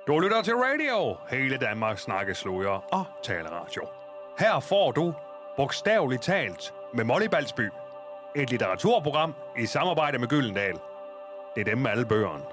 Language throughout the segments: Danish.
Du lytter til radio. Hele Danmark snakker sludder og taleradio. Her får du bogstaveligt talt med Molly Balsby. Et litteraturprogram i samarbejde med Gyldendal. Det er dem med alle bøgerne.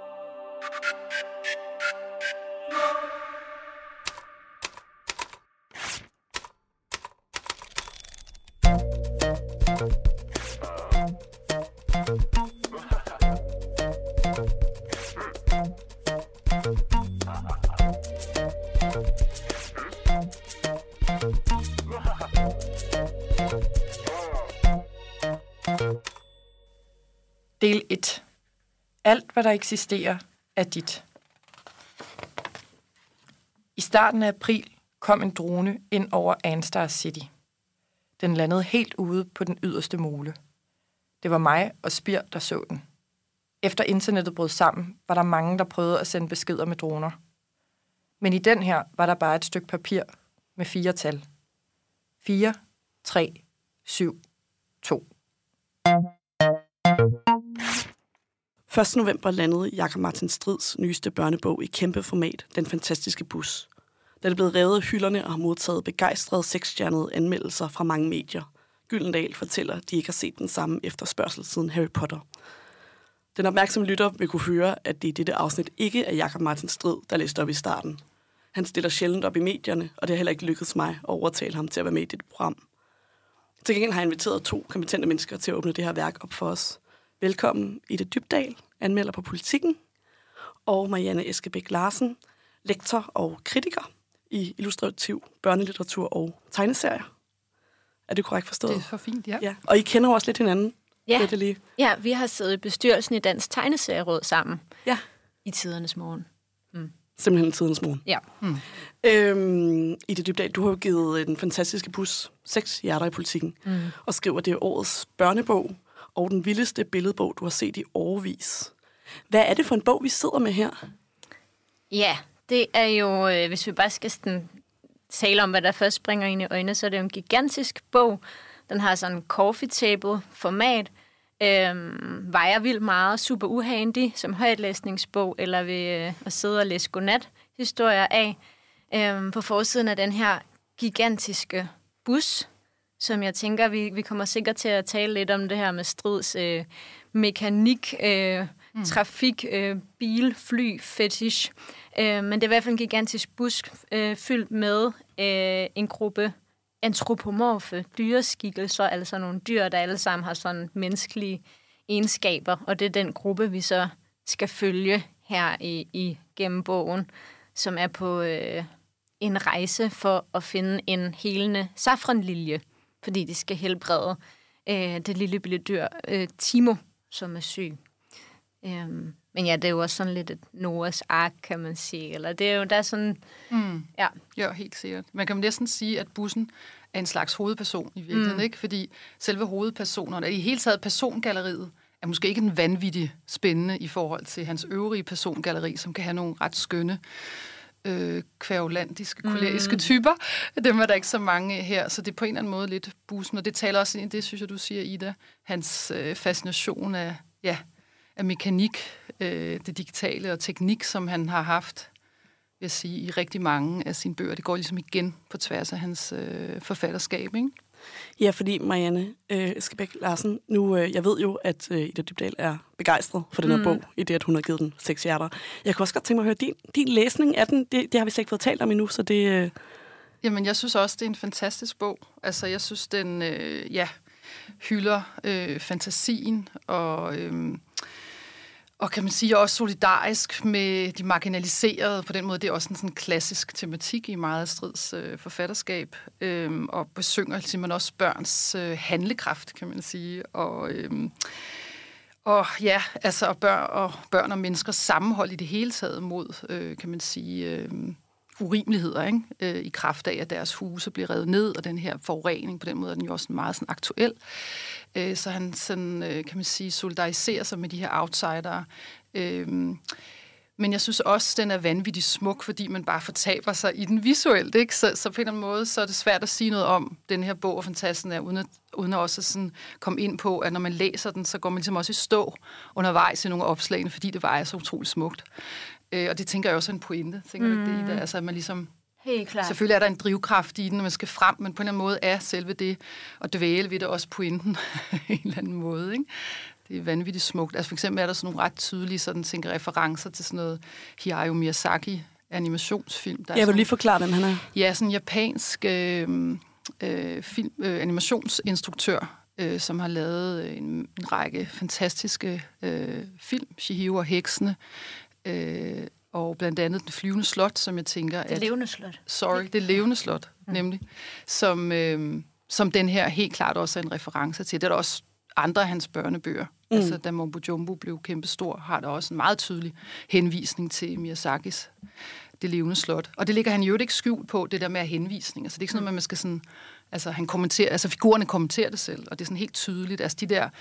Del 1. Alt, hvad der eksisterer, er dit. I starten af april kom en drone ind over Anstar City. Den landede helt ude på den yderste mole. Det var mig og Spir, der så den. Efter internettet brød sammen, var der mange, der prøvede at sende beskeder med droner. Men i den her var der bare et stykke papir med 4 tal. 4, 3, 7, 2. 1. november landede Jakob Martin Strids nyeste børnebog i kæmpe format, Den fantastiske bus. Den er blevet revet af hylderne og har modtaget begejstrede 6-stjernede anmeldelser fra mange medier. Gyldendal fortæller, at de ikke har set den samme efterspørgsel siden Harry Potter. Den opmærksomme lytter vil kunne høre, at det i dette afsnit ikke er Jakob Martin Strid, der læste op i starten. Han stiller sjældent op i medierne, og det har heller ikke lykkedes mig at overtale ham til at være med i dette program. Til gengæld har jeg inviteret 2 kompetente mennesker til at åbne det her værk op for os. Velkommen Ida Dybdahl, anmelder på Politikken, og Marianne Eskebæk Larsen, lektor og kritiker i illustrativ børnelitteratur og tegneserier. Er det korrekt forstået? Det er for fint, ja. Ja. Og I kender også lidt hinanden? Ja. Det lige. Ja, vi har siddet i bestyrelsen i Dansk Tegneserieråd sammen. Ja. I tidernes morgen. Simpelthen tidens morgen. Ja. Ida Dybdahl, du har jo givet Den fantastiske bus 6 hjerter i Politikken, og skriver, det er årets børnebog, og den vildeste billedbog, du har set i årevis. Hvad er det for en bog, vi sidder med her? Ja, det er jo, hvis vi bare skal tale om, hvad der først springer ind i øjnene, så er det jo en gigantisk bog. Den har sådan en coffee table format, vejer vildt meget, super uhandy som højtlæsningsbog, eller ved at sidde og læse godnat-historier af. På forsiden af den her gigantiske bus, som jeg tænker, vi kommer sikkert til at tale lidt om det her med Strids mekanik, trafik, bil, fly, fetish. Men det er i hvert fald en gigantisk bus fyldt med en gruppe antropomorfe dyreskikkelser, altså nogle dyr, der alle sammen har sådan menneskelige egenskaber, og det er den gruppe, vi så skal følge her i gennem bogen, som er på en rejse for at finde en helende safranlilje, fordi de skal helbrede det lille bitte dyr, Timo, som er syg. Men ja, det er jo også sådan lidt et Noahs ark, kan man sige. Eller det er jo, der er sådan... Ja. Ja, helt sikkert. Man kan næsten sige, at bussen er en slags hovedperson i virkeligheden, ikke? Fordi selve hovedpersonerne, i hele taget persongalleriet, er måske ikke en vanvittig spændende i forhold til hans øvrige persongalleri, som kan have nogle ret skønne kværulantiske, koleriske typer. Dem er der ikke så mange her, så det er på en eller anden måde lidt bussen, og det taler også ind i det, synes jeg, du siger, Ida, hans fascination af mekanik, det digitale og teknik, som han har haft, vil jeg sige, i rigtig mange af sine bøger. Det går ligesom igen på tværs af hans forfatterskab, ikke? Ja, fordi Marianne Eskebæk Larsen, nu, jeg ved jo, at Ida Dybdahl er begejstret for den her bog, i det, at hun har givet den 6 hjerter. Jeg kunne også godt tænke mig at høre din læsning af den. Det har vi slet ikke fået talt om endnu, så det... Jamen, jeg synes også, det er en fantastisk bog. Altså, jeg synes, den hylder fantasien og kan man sige også solidarisk med de marginaliserede. På den måde, det er også en sådan klassisk tematik i meget af Strids forfatterskab, og besynger simpelthen også børns handlekraft, kan man sige. Og ja, altså børn og menneskers sammenhold i det hele taget mod, kan man sige, urimeligheder, ikke? I kraft af, at deres huse bliver revet ned, og den her forurening, på den måde er den jo også meget sådan aktuel. Så han sådan, kan man sige, solidariserer sig med de her outsidere. Men jeg synes også, den er vanvittigt smuk, fordi man bare fortaber sig i den visuelt, ikke? Så på en eller anden måde, så er det svært at sige noget om den her bog, og fantasten er, uden at også sådan komme ind på, at når man læser den, så går man ligesom også i stå undervejs i nogle af opslagene, fordi det var så utroligt smukt. Og det tænker jeg også er en pointe. Tænker du ikke det, Ida? Altså, at man ligesom... Helt klart. Selvfølgelig er der en drivkraft i den, når man skal frem, men på en eller anden måde er selve det at dvæle ved det også pointen en eller anden måde, ikke? Det er vanvittigt smukt. Altså for eksempel er der sådan nogle ret tydelige sådan, tænker, referencer til sådan noget Hayao Miyazaki animationsfilm. Der Jeg vil lige forklare, hvem han er. Ja, sådan en japansk animationsinstruktør, som har lavet en række fantastiske film, Chihiro og heksene, og blandt andet Den flyvende slot, som jeg tænker... Det levende slot. Det levende slot, nemlig. Som den her helt klart også er en reference til. Det er der også andre af hans børnebøger. Altså, da Mumbo Jumbo blev kæmpestor, har der også en meget tydelig henvisning til Miyazakis Det levende slot. Og det ligger han jo ikke skjult på, det der med henvisning. Altså, det er ikke sådan noget, man skal sådan... Altså, figurerne kommenterer det selv, og det er sådan helt tydeligt. Altså, de der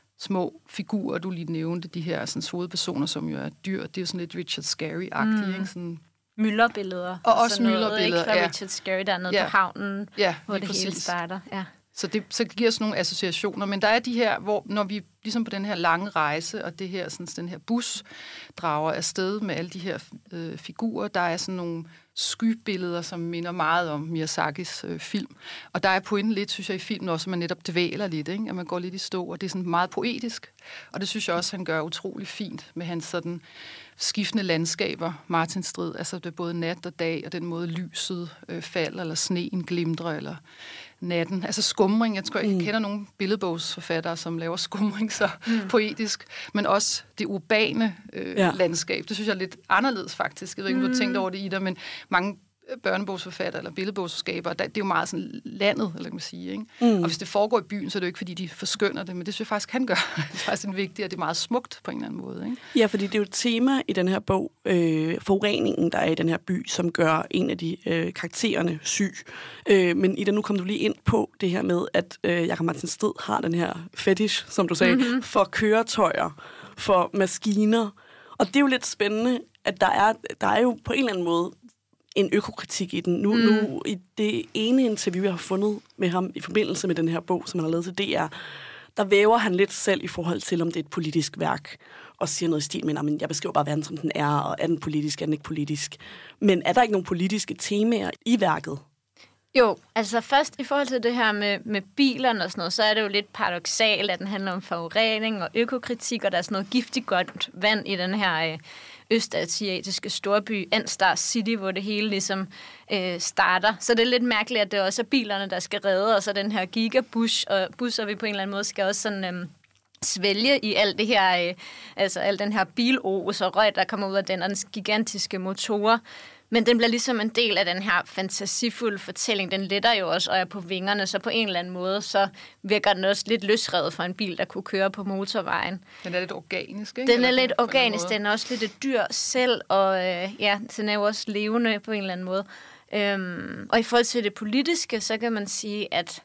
små figurer, du lige nævnte, de her sådan, hovedpersoner, som jo er dyr, det er jo sådan lidt Richard Scarry-agtigt, ikke? Sådan... Myllerbilleder. Og også myllerbilleder, ja. Richard Scarry dernede på havnen, hvor det hele starter. Ja. Så det giver sådan nogle associationer, men der er de her, hvor når vi ligesom på den her lange rejse, og det her, sådan, den her bus drager afsted med alle de her figurer, der er sådan nogle skybilleder, som minder meget om Miyazakis film. Og der er pointen lidt, synes jeg, i filmen også, at man netop dvæler lidt, ikke? At man går lidt i stå, og det er sådan meget poetisk. Og det synes jeg også, han gør utrolig fint med hans sådan skiftende landskaber, Martin Strid, altså det er både nat og dag, og den måde lyset falder, eller sneen glimtrer, eller natten. Altså skumring, jeg tror, jeg kender nogle billedbogsforfattere, som laver skumring så poetisk, men også det urbane landskab. Det synes jeg er lidt anderledes faktisk. Jeg ved ikke, om du har tænkt over det, Ida, men mange børnebogsforfattere eller billedbogsskaber, det er jo meget sådan landet, eller kan man sige, ikke? Og hvis det foregår i byen, så er det jo ikke, fordi de forskønner det, men det synes jeg faktisk, han gør. Det er faktisk en vigtig, og det er meget smukt på en eller anden måde, ikke? Ja, fordi det er jo et tema i den her bog, forureningen, der er i den her by, som gør en af de karaktererne syg. Men Ida, nu kom du lige ind på det her med, at Jakob Martin Strid har den her fetish, som du sagde, for køretøjer, for maskiner. Og det er jo lidt spændende, at der er jo på en eller anden måde en økokritik i den. Nu i det ene interview, jeg har fundet med ham i forbindelse med den her bog, som han har lavet til DR, der væver han lidt selv i forhold til, om det er et politisk værk, og siger noget i stil med, at jeg beskriver bare verden, som den er, og er den politisk, er den ikke politisk. Men er der ikke nogen politiske temaer i værket? Jo, altså først i forhold til det her med bilerne og sådan noget, så er det jo lidt paradoksalt, at den handler om forurening og økokritik, og der er sådan noget giftigt godt vand i den her østasiatiske storby Anstar City, hvor det hele ligesom starter. Så det er lidt mærkeligt, at det også er bilerne, der skal redde, og så den her gigabus, og busser vi på en eller anden måde skal også sådan svælge i alt det her, altså al den her bilos og røg, der kommer ud af den, og den gigantiske motorer. Men den bliver ligesom en del af den her fantasifulde fortælling. Den letter jo også og er på vingerne, så på en eller anden måde, så virker den også lidt løsrevet fra en bil, der kunne køre på motorvejen. Den er lidt organisk, ikke? Den er lidt organisk, den er også lidt et dyr selv, og den er jo også levende på en eller anden måde. Og i forhold til det politiske, så kan man sige, at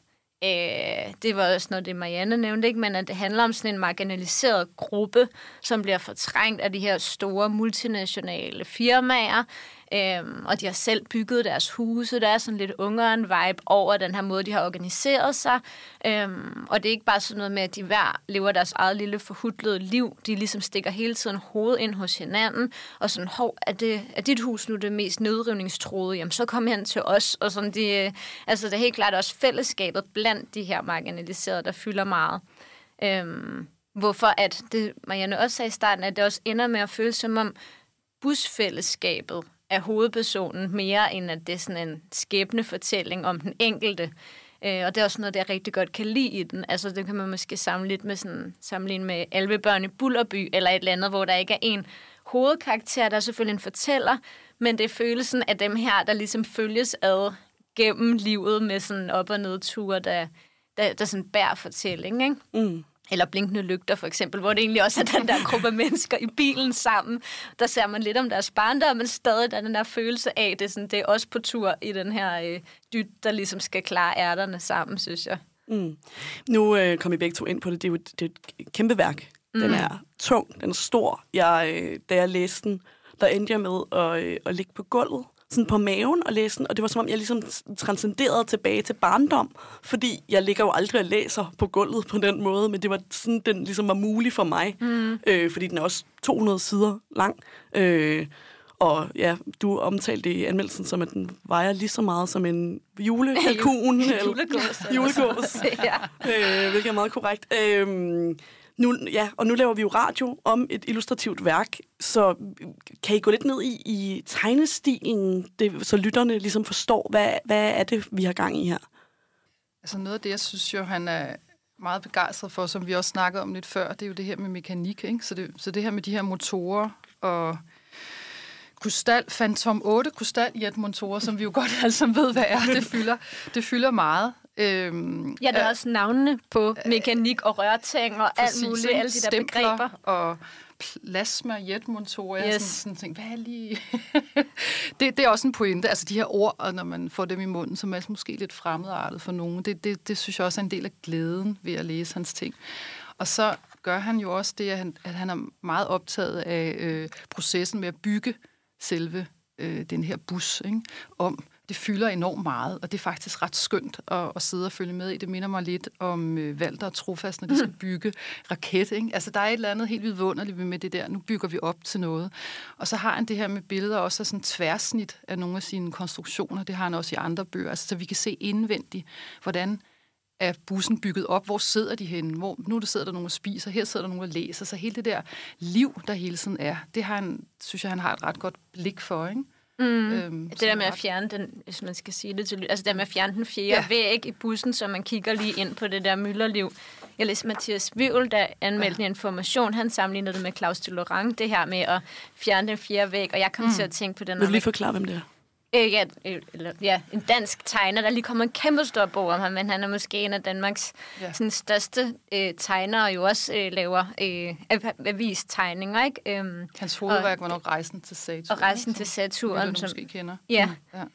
det var også noget, det Marianne nævnte, ikke? Men at det handler om sådan en marginaliseret gruppe, som bliver fortrængt af de her store multinationale firmaer, og de har selv bygget deres huse. Der er sådan lidt ungeren-vibe over den her måde, de har organiseret sig. Og det er ikke bare sådan noget med, at de hver lever deres eget lille forhudlede liv. De ligesom stikker hele tiden hovedet ind hos hinanden, og sådan, er dit hus nu det mest nedrivningstroede? Jamen, så kom hen til os. Og sådan, altså, det er helt klart også fællesskabet blandt de her marginaliserede, der fylder meget. Hvorfor at det, Marianne også sagde i starten, at det også ender med at føles som om busfællesskabet er hovedpersonen mere, end at det er sådan en skæbnefortælling om den enkelte. Og det er også noget, jeg rigtig godt kan lide i den. Altså, det kan man måske sammenligne med Alvebørn i Bullerby, eller et eller andet, hvor der ikke er en hovedkarakter, der er selvfølgelig en fortæller, men det er følelsen af dem her, der ligesom følges ad gennem livet med sådan op- og nedture, der sådan bærer fortælling, ikke? Mm. Eller Blinkende lygter for eksempel, hvor det egentlig også er den der gruppe mennesker i bilen sammen. Der ser man lidt om deres barndom, men stadig der er den der følelse af, det er også på tur i den her dyt, der ligesom skal klare ærterne sammen, synes jeg. Mm. Nu kom I begge to ind på det. Det er jo et kæmpe værk. Den er tung, den er stor. Da jeg læste den, der endte jeg med at ligge på gulvet, sådan på maven og læse den, og det var som om, jeg ligesom transcenderede tilbage til barndom, fordi jeg ligger jo aldrig og læser på gulvet på den måde, men det var sådan, den ligesom var mulig for mig, fordi den er også 200 sider lang. Og ja, du omtalte i anmeldelsen, som at den vejer lige så meget som en julekalkun. Julegås. Hvilket er meget korrekt. Nu laver vi jo radio om et illustrativt værk, så kan I gå lidt ned i tegnestilen, så lytterne ligesom forstår, hvad er det, vi har gang i her? Altså noget af det, jeg synes jo, han er meget begejstret for, som vi også snakkede om lidt før, det er jo det her med mekanik, ikke? Så det her med de her motorer og Phantom 8 krystaljetmotorer, som vi jo godt alle sammen ved, hvad er. Det fylder meget. Ja, der er også navnene på mekanik og rørting og alt muligt, alle de der begreber. Og plasma-jetmotorer. Yes. Sådan ting. Hvad er lige... det er også en pointe. Altså de her ord, og når man får dem i munden, som er måske lidt fremmedartet for nogen, det synes jeg også er en del af glæden ved at læse hans ting. Og så gør han jo også det, at han er meget optaget af processen med at bygge selve den her bus, ikke? Det fylder enormt meget, og det er faktisk ret skønt at sidde og følge med i. Det minder mig lidt om Walter og Trofast, når de skal bygge raket, ikke? Altså, der er et eller andet helt vidunderligt med det der. Nu bygger vi op til noget. Og så har han det her med billeder også af sådan tværsnit af nogle af sine konstruktioner. Det har han også i andre bøger, altså, så vi kan se indvendigt, hvordan er bussen bygget op? Hvor sidder de henne? Nu sidder der nogen og spiser, her sidder der nogen og læser. Så hele det der liv, der hele tiden er, det har han, synes jeg, han har et ret godt blik for, ikke? Det der med at fjerne den, hvis man skal sige det til, altså det der med at fjerne den fjerde væg i bussen, så man kigger lige ind på det der mylderliv. Jeg læste Mathias Wivel, der anmeldte en Information, han sammenlignede det med Claus de Lorang, det her med at fjerne den fjerde væg, og jeg kom til at tænke på den. Vil du lige forklare, hvem det er? En dansk tegner, der lige kommer en kæmpe stor bog om ham, men han er måske en af Danmarks sådan, største tegnere, og jo også laver avistegninger, ikke? Hans hovedværk var nok Rejsen til Saturn. Og Rejsen til Saturn, som måske kender. Ja.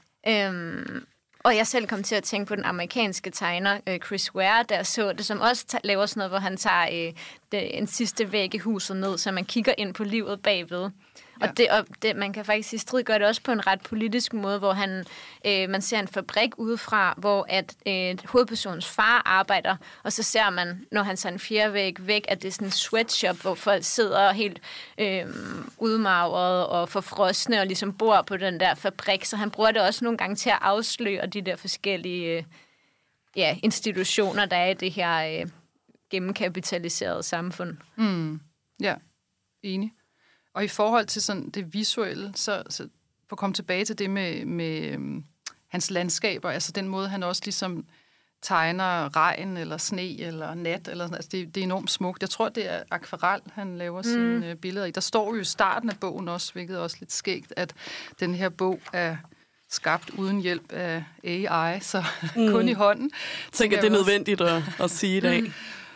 Og jeg selv kom til at tænke på den amerikanske tegner, Chris Ware, der så det, som også laver sådan noget, hvor han tager en sidste væg i huset ned, så man kigger ind på livet bagved. Ja. Og det, man kan faktisk i strid gøre det også på en ret politisk måde, hvor man ser en fabrik udefra, hvor at hovedpersonens far arbejder, og så ser man, når han tager en fjerde væg, at det er sådan en sweatshop, hvor folk sidder helt udmarvret og forfrosne og ligesom bor på den der fabrik, så han bruger det også nogle gange til at afsløre de der forskellige institutioner, der er i det her gennemkapitaliserede samfund. Ja, enig. Og i forhold til sådan det visuelle, så for at komme tilbage til det med hans landskaber, altså den måde, han også ligesom tegner regn eller sne eller nat, eller, altså det er enormt smukt. Jeg tror, det er akvarel, han laver sine billeder i. Der står jo i starten af bogen også, hvilket er også lidt skægt, at den her bog er skabt uden hjælp af AI, så kun i hånden. Jeg tænker, det er nødvendigt at sige i dag.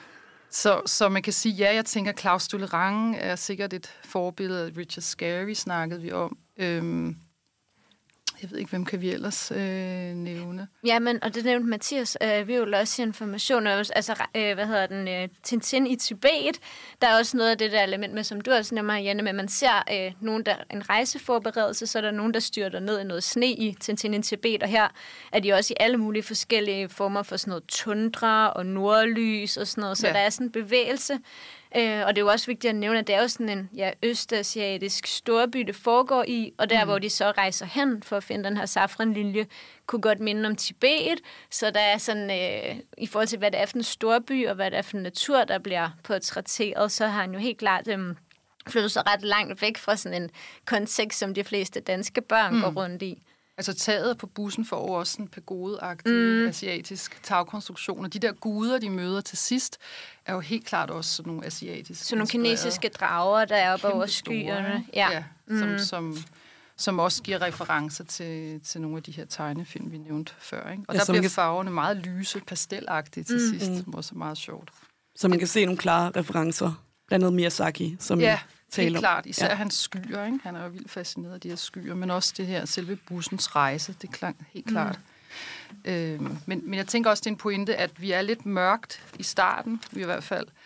Så man kan sige, jeg tænker, Claus de Lorang er sikkert et forbillede af Richard Scarry, snakkede vi om. Jeg ved ikke, hvem kan vi ellers nævne? Ja, og det nævnte Mathias, vi jo også Information, altså, Tintin i Tibet, der er også noget af det der element med, som du også nævner, Janne, med man ser nogen, der en rejseforberedelse, så er der nogen, der styrter ned i noget sne i Tintin i Tibet, og her er de også i alle mulige forskellige former for sådan noget tundra og nordlys og sådan noget, så der er sådan en bevægelse. Og det er jo også vigtigt at nævne, at det er jo sådan en østasiatisk storby, det foregår i, og der, hvor de så rejser hen for at finde den her safranlinje, kunne godt minde om Tibet. Så der er sådan, i forhold til, hvad det er for en storby, og hvad det er for en natur, der bliver portrætteret, så har han jo helt klart flyttet sig ret langt væk fra sådan en kontekst, som de fleste danske børn går rundt i. Altså taget på bussen får også en pagodeagtig asiatisk tagkonstruktion, og de der guder, de møder til sidst, er jo helt klart også sådan nogle asiatiske. Så nogle kinesiske drager, der er oppe over skyerne. Ja, som også giver referencer til nogle af de her tegnefilm, vi nævnte før. Ikke? Og der bliver farverne meget lyse, pastelagtige til sidst, som også er meget sjovt. Så man kan se nogle klare referencer, blandt andet Miyazaki, som helt klart. Især hans skyer, ikke? Han er jo vildt fascineret af de her skyer, men også det her selve bussens rejse, det klang helt klart. Men jeg tænker også, det er en pointe, at vi er lidt mørkt i starten, vi i hvert fald.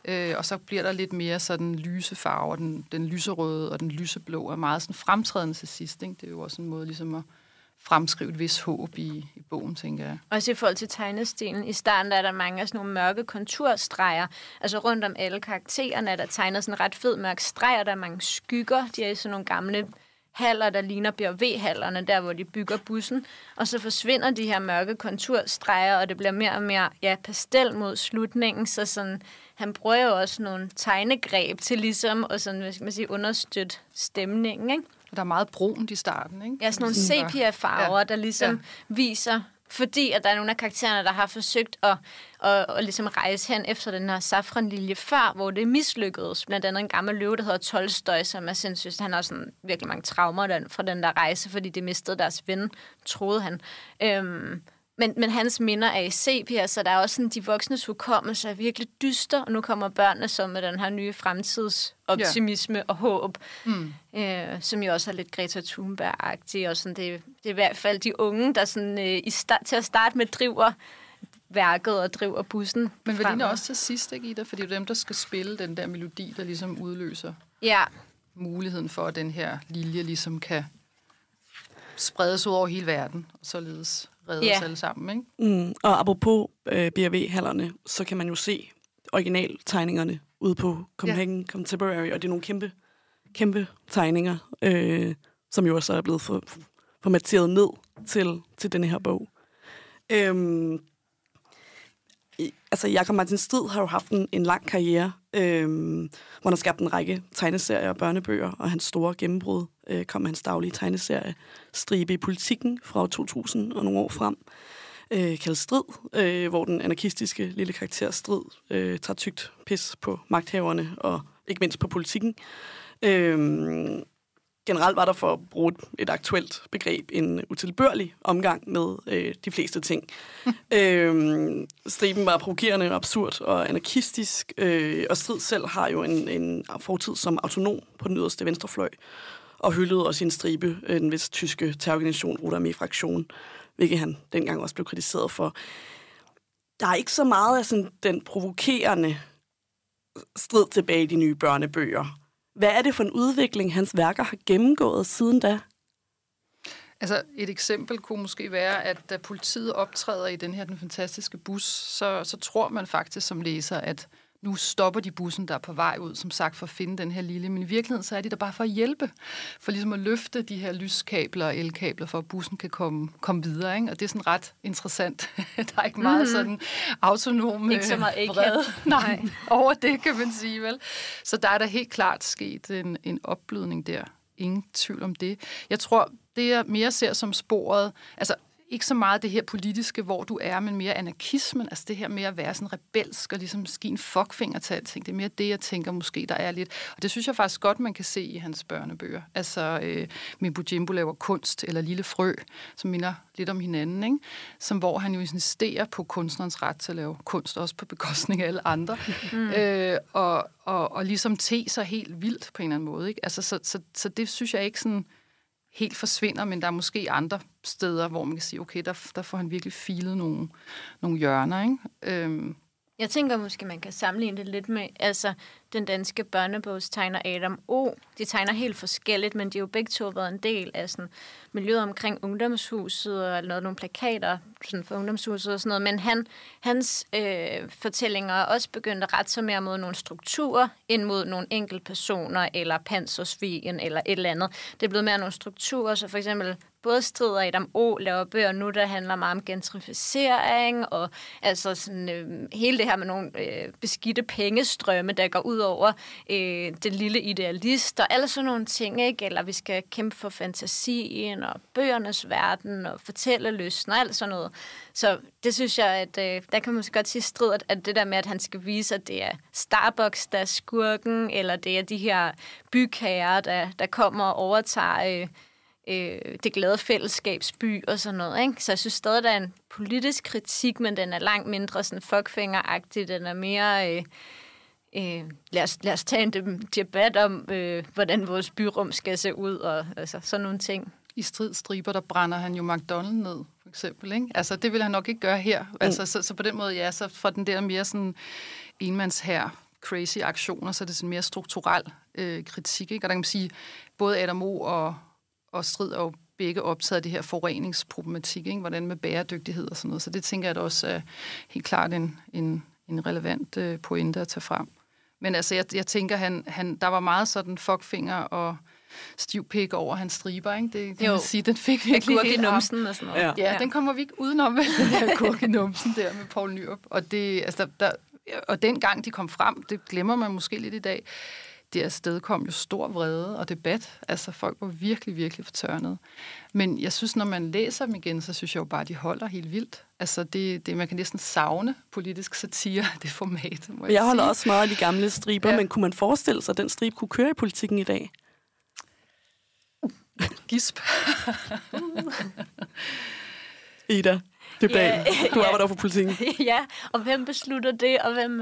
Og så bliver der lidt mere sådan lyse farver, den lyserøde og den lyseblå er meget sådan fremtrædende til sidst. Ikke? Det er jo også en måde ligesom at fremskrive et vis håb i bogen, tænker jeg. Også i forhold til tegnestilen. I starten er der mange af sådan nogle mørke konturstreger. Altså rundt om alle karaktererne er der tegnet sådan en ret fed mørk streg, og der er mange skygger. De er i sådan nogle gamle haller, der ligner B&V-hallerne, der hvor de bygger bussen. Og så forsvinder de her mørke konturstreger, og det bliver mere og mere pastel mod slutningen. Så sådan, han bruger jo også nogle tegnegreb til ligesom at sådan, hvad skal man sige, understøtte stemningen, ikke? Der er meget brunt i starten, ikke? Ja, sådan nogle sepia-farver, der ligesom viser, fordi at der er nogle af karaktererne, der har forsøgt at ligesom rejse hen efter den her safranlilje før, hvor det mislykkedes. Blandt andet en gammel løve, der hedder Tolstoj, som er sindssygt. Han har sådan virkelig mange traumer fra den der rejse, fordi de mistede deres ven, troede han. Men hans minder er i sepia, så der er også sådan, de voksnes hukommelse er virkelig dyster, og nu kommer børnene så med den her nye fremtidsoptimisme og håb, som jo også er lidt Greta Thunberg-agtig, og sådan, det er i hvert fald de unge, der sådan, til at starte med driver værket og driver bussen. Men vel også til sidst, ikke, Ida? Fordi det er dem, der skal spille den der melodi, der ligesom udløser muligheden for, at den her lilje ligesom kan spredes ud over hele verden, og således redde os alle sammen, ikke? Og apropos B&V-hallerne, så kan man jo se originaltegningerne ude på Copenhagen Contemporary, og det er nogle kæmpe tegninger, som jo også er blevet formateret ned til denne her bog. Jakob Martin Strid har jo haft en lang karriere, hvor han har skabt en række tegneserier og børnebøger, og hans store gennembrud kom hans daglige tegneserie Stribe i Politikken fra 2000 og nogle år frem, kaldet Strid, hvor den anarkistiske lille karakter Strid tager tykt pis på magthaverne og ikke mindst på politikken. Generelt var der, for at bruge et aktuelt begreb, en utilbørlig omgang med de fleste ting. Striben var provokerende, absurd og anarkistisk, og Strid selv har jo en fortid som autonom på den yderste venstrefløj, og hyldede også en stribe, den vesttyske terrororganisation Rote Armee-fraktion, hvilket han dengang også blev kritiseret for. Der er ikke så meget af sådan, den provokerende Strid tilbage i de nye børnebøger. Hvad er det for en udvikling, hans værker har gennemgået siden da? Altså, et eksempel kunne måske være, at da politiet optræder i den fantastiske bus, så tror man faktisk som læser, at nu stopper de bussen, der er på vej ud, som sagt, for at finde den her lille. Men i virkeligheden, så er de der bare for at hjælpe. For ligesom at løfte de her lyskabler og elkabler, for at bussen kan komme videre. Ikke? Og det er sådan ret interessant. Der er ikke meget sådan autonom ikke så meget vrede. Nej, over det kan man sige, vel? Så der er der helt klart sket en opblødning der. Ingen tvivl om det. Jeg tror, det jeg mere ser som sporet, altså ikke så meget det her politiske, hvor du er, men mere anarkismen, altså det her med at være sådan rebelsk og ligesom ske en fuckfinger til alting. Det er mere det, jeg tænker måske, der er lidt. Og det synes jeg faktisk godt, man kan se i hans børnebøger. Altså, Mimbo Jimbo laver kunst, eller Lille Frø, som minder lidt om hinanden, ikke? Som hvor han jo insisterer på kunstnerens ret til at lave kunst, også på bekostning af alle andre. Og ligesom te sig helt vildt på en eller anden måde, ikke? Altså, så det synes jeg ikke sådan helt forsvinder, men der er måske andre steder, hvor man kan sige, okay, der får han virkelig filet nogle hjørner, ikke? Jeg tænker måske, man kan sammenligne det lidt med, altså, den danske børnebogstegner Adam O. De tegner helt forskelligt, men de har jo begge to været en del af sådan, miljøet omkring ungdomshuset, og nogle plakater sådan for ungdomshuset og sådan noget, men hans fortællinger er også begyndt at rette sig mere mod nogle strukturer, end mod nogle enkelte personer, eller Pansersvigen, eller et eller andet. Det er blevet mere nogle strukturer, så for eksempel både Strid og Adam O. laver bøger nu, der handler meget om gentrificering, og altså sådan, hele det her med nogle beskidte pengestrømme, der går ud over det lille idealist, og alle sådan nogle ting, ikke? Eller vi skal kæmpe for fantasien, og bøgernes verden, og fortællelysten, og alt sådan noget. Så det synes jeg, at der kan man måske godt sige Strid, at det der med, at han skal vise, at det er Starbucks, der er skurken, eller det er de her bygherrer, der kommer og overtager det glade fællesskabsby og sådan noget, ikke? Så jeg synes stadig, der er en politisk kritik, men den er langt mindre sådan fuckfinger-agtig. Den er mere lad os tage en debat om, hvordan vores byrum skal se ud, og altså, sådan nogle ting. I Striber, der brænder han jo McDonald's ned, for eksempel, ikke? Altså, det vil han nok ikke gøre her. Altså, så på den måde, ja, så fra den der mere sådan enmandshær crazy aktioner, så er det sådan mere strukturel kritik. Ikke? Og der kan man sige, både Adam O. og Strid er jo begge optaget af det her forureningsproblematik, ikke? Hvordan med bæredygtighed og sådan noget. Så det tænker jeg, at også er helt klart en relevant pointe at tage frem. Men altså, jeg tænker, der var meget sådan fuckfinger og stiv pik over hans striber, ikke? Det kan man sige, den fik virkelig helt numsen og sådan noget. Ja, den kommer vi ikke udenom, vel, den der gurkenumsen der med Poul Nyrup. Og det, altså, og dengang de kom frem, det glemmer man måske lidt i dag, det afsted kom jo stor vrede og debat. Altså, folk var virkelig, virkelig fortørnet. Men jeg synes, når man læser dem igen, så synes jeg jo bare, at de holder helt vildt. Altså, man kan næsten savne politisk satire, det format. Jeg holder også meget af de gamle striber, men kunne man forestille sig, at den stribe kunne køre i politikken i dag? Gisp. Ida, Dybdahl, du arbejder for politikken. Ja, og hvem beslutter det, og hvem...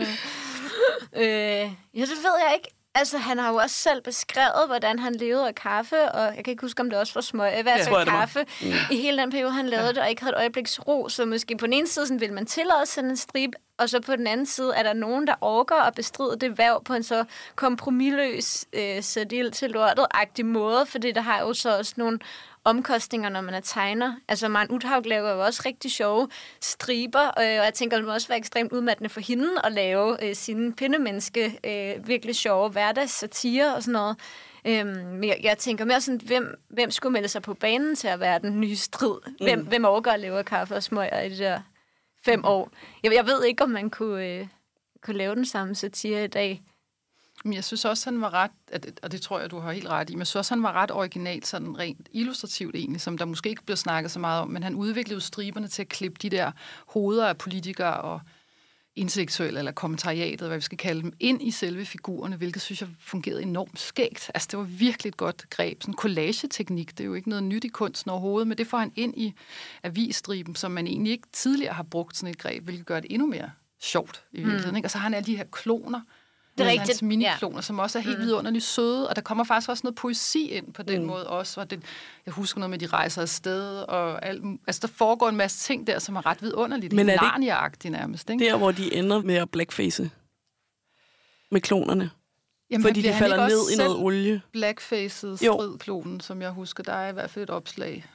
ja, det ved jeg ikke. Altså, han har jo også selv beskrevet, hvordan han levede af kaffe, og jeg kan ikke huske, om det også var smøg, i hvert fald kaffe, i hele den periode, han lavede det, og ikke havde et øjebliks ro. Så måske på den ene side, sådan, vil man tillade sådan en strip, og så på den anden side, er der nogen, der orker at bestride det værv på en så kompromisløs, sæt ild til lortet-agtig måde, fordi der har jo så også nogle omkostninger, når man er tegner. Altså, Maren Uthaug laver jo også rigtig sjove striber, og jeg tænker, det må også være ekstremt udmattende for hende at lave sine pindemenneske virkelig sjove hverdagssatire og sådan noget. Jeg tænker mere sådan, hvem skulle melde sig på banen til at være den nye strid? Hvem overgår at lave kaffe og smøger i de der 5 år? Jeg ved ikke, om man kunne lave den samme satire i dag. Men jeg synes også, han var ret, og det tror jeg, du har helt ret i, men jeg synes også, han var ret original, sådan rent illustrativt egentlig, som der måske ikke bliver snakket så meget om, men han udviklede striberne til at klippe de der hoveder af politikere og intellektuelle, eller kommentariatet, hvad vi skal kalde dem, ind i selve figurerne, hvilket synes jeg fungerede enormt skægt. Altså, det var virkelig et godt greb. Sådan en collageteknik, det er jo ikke noget nyt i kunsten overhovedet, men det får han ind i avisstriben, som man egentlig ikke tidligere har brugt sådan et greb, hvilket gør det endnu mere sjovt i virkeligheden. Ikke? Og så har han alle de her kloner, det er rigtigt. Hans minikloner, som også er helt vidunderligt søde, og der kommer faktisk også noget poesi ind på den måde også. Og det, jeg husker noget med, de rejser afsted, og altså der foregår en masse ting der, som er ret vidunderligt. Men er Narnia-agtigt nærmest, ikke? Der, hvor de ender med at blackface med klonerne. Jamen, fordi de falder ned i noget olie. Blackfacet stridklonen, som jeg husker, der er i hvert fald et opslag.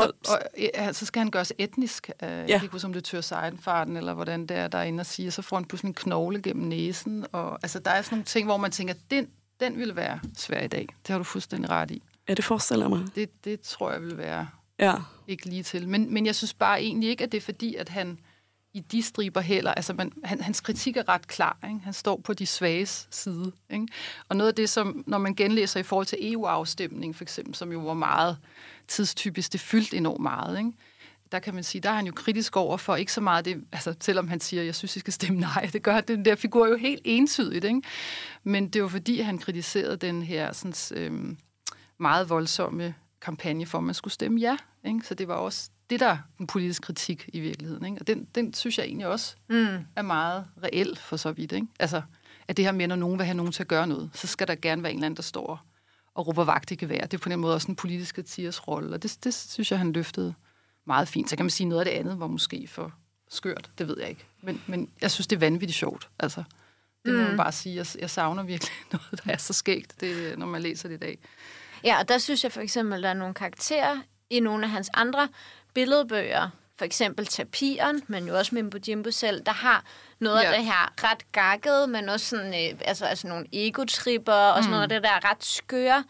Så skal han gøres etnisk. Jeg kan ikke huske, om det tør sejdenfarten, eller hvordan det er, der er inde og siger. Så får han pludselig en knogle gennem næsen. Og, altså, der er sådan nogle ting, hvor man tænker, den ville være svær i dag. Det har du fuldstændig ret i. Ja, det forestiller mig. Det tror jeg vil være ikke lige til. Men jeg synes bare egentlig ikke, at det er fordi, at han i de striber heller, altså hans kritik er ret klar, ikke? Han står på de svages side, ikke? Og noget af det, som, når man genlæser i forhold til EU-afstemning, for eksempel, som jo var meget tidstypisk, det fyldte enormt meget, ikke? Der kan man sige, der er han jo kritisk over for ikke så meget det, altså selvom han siger, jeg synes, I skal stemme nej, det gør den der figur jo helt entydigt, ikke? Men det var fordi, han kritiserede den her sådan, meget voldsomme kampagne for, at man skulle stemme ja, ikke? Så det var også det der den politiske kritik i virkeligheden, ikke? Og den synes jeg egentlig også er meget reel for så vidt, ikke? Altså, at det her med, når nogen vil have nogen til at gøre noget, så skal der gerne være en eller anden, der står og råber vagt i gevær. Det er på den måde også en politisk satirs rolle, og det synes jeg, han løftede meget fint. Så kan man sige, noget af det andet var måske for skørt, det ved jeg ikke. Men jeg synes, det er vanvittigt sjovt, altså. Det må man bare sige. Jeg savner virkelig noget, der er så skægt, det, når man læser det i dag. Ja, og der synes jeg for eksempel, der er nogle karakterer i nogle af hans andre billedbøger, for eksempel Tapiren, men jo også Mimbo Jimbo selv, der har noget af det her ret gakket, men også sådan, altså nogle egotripper og sådan noget af det der ret skøre,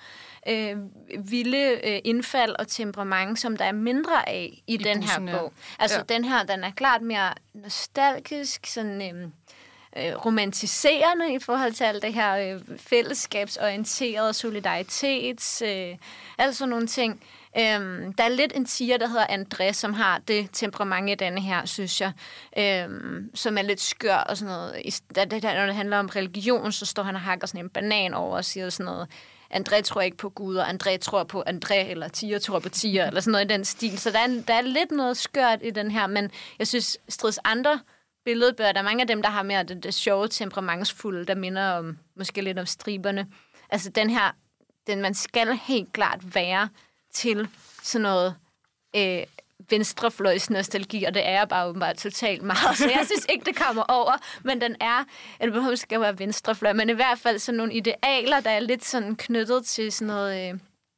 vilde indfald og temperament, som der er mindre af i den her bog. Altså den her, den er klart mere nostalgisk, sådan romantiserende i forhold til alt det her fællesskabsorienteret solidaritet, altså nogle ting. Der er lidt en tiger, der hedder André, som har det temperament i denne her, synes jeg, som er lidt skør og sådan noget. Når det handler om religion, så står han og hakker sådan en banan over og siger sådan noget, André tror ikke på Gud, og André tror på André, eller tiger tror på tiger, eller sådan noget i den stil. Så der er lidt noget skørt i den her, men jeg synes, Strids andre billedbøger, der er mange af dem, der har mere det sjove, temperamentsfulde, der minder om, måske lidt om striberne. Altså man skal helt klart være til sådan noget venstrefløjsnostalgi, og det er jeg bare åbenbart totalt meget, så jeg synes ikke, det kommer over, men den er, det behøver ikke at være venstrefløj, men i hvert fald sådan nogle idealer, der er lidt sådan knyttet til sådan noget,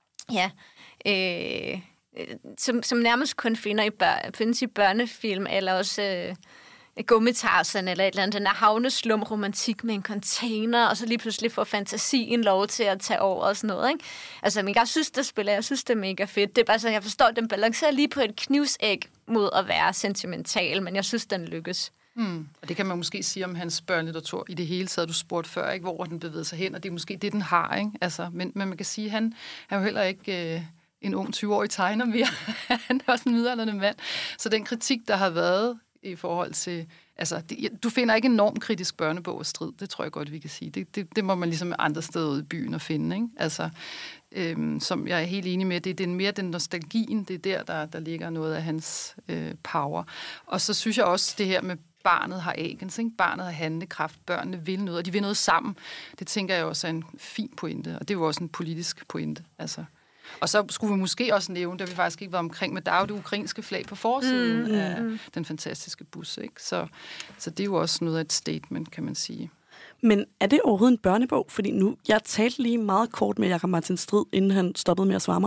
som nærmest kun findes i børnefilm, eller også Gummitarsen eller et eller andet, den der havneslum-romantik med en container, og så lige pludselig får fantasien lov til at tage over og sådan noget, ikke? Altså, men jeg synes, det er mega fedt. Det er bare sådan, jeg forstår, at den balancerer lige på et knivsæg mod at være sentimental, men jeg synes, den lykkes. Og det kan man måske sige om hans børnelitteratur i det hele taget, du spurgte før, ikke, hvor den bevæger sig hen, og det er måske det, den har, ikke? Altså, men man kan sige, at han er jo heller ikke en ung 20-årig tegner mere. Han er også en midaldrende mand. Så den kritik, der har været i forhold til... Altså, du finder ikke en normkritisk børnebog af Strid, det tror jeg godt, vi kan sige. Det må man ligesom andre steder ude i byen at finde, ikke? Altså, som jeg er helt enig med, det er mere den nostalgien, det er der ligger noget af hans power. Og så synes jeg også, det her med barnet har agens, ikke? Barnet har handlekraft, børnene vil noget, og de vil noget sammen. Det tænker jeg også er en fin pointe, og det er jo også en politisk pointe, altså. Og så skulle vi måske også nævne, der vi faktisk ikke var omkring, men der er jo det ukrainske flag på forsiden af den fantastiske bus, ikke? Så det er jo også noget af et statement, kan man sige. Men er det overhovedet en børnebog? Fordi nu, jeg talte lige meget kort med Jakob Martin Strid, inden han stoppede med at svare mig.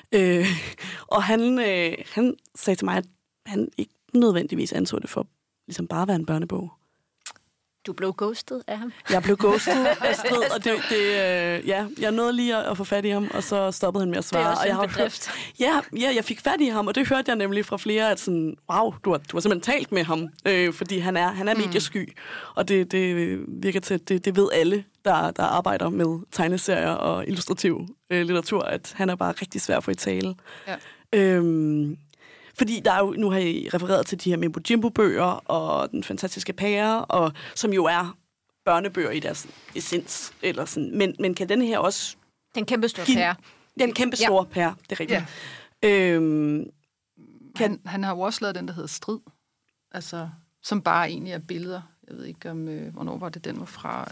Og han sagde til mig, at han ikke nødvendigvis anså det for ligesom bare at være en børnebog. Du blev ghostet af ham? Jeg blev ghostet af Strid, og jeg nåede lige at få fat i ham, og så stoppede han med at svare. Det er også og en bedrift. Jeg fik fat i ham, og det hørte jeg nemlig fra flere, at sådan, wow, du har simpelthen talt med ham, fordi han er mediesky, og det virker til, at det ved alle, der arbejder med tegneserier og illustrativ litteratur, at han er bare rigtig svær at få i tale. Ja. Fordi der er jo, nu har I refereret til de her Mimbo Jimbo-bøger og Den fantastiske pære, og som jo er børnebøger i deres essens. Eller sådan. Men kan den her også... Den kæmpe store pære. Den kæmpe store pære, det er rigtigt. Ja. Han har jo også lavet den, der hedder Strid, altså, som bare egentlig er billeder. Jeg ved ikke, hvornår var det, den var fra...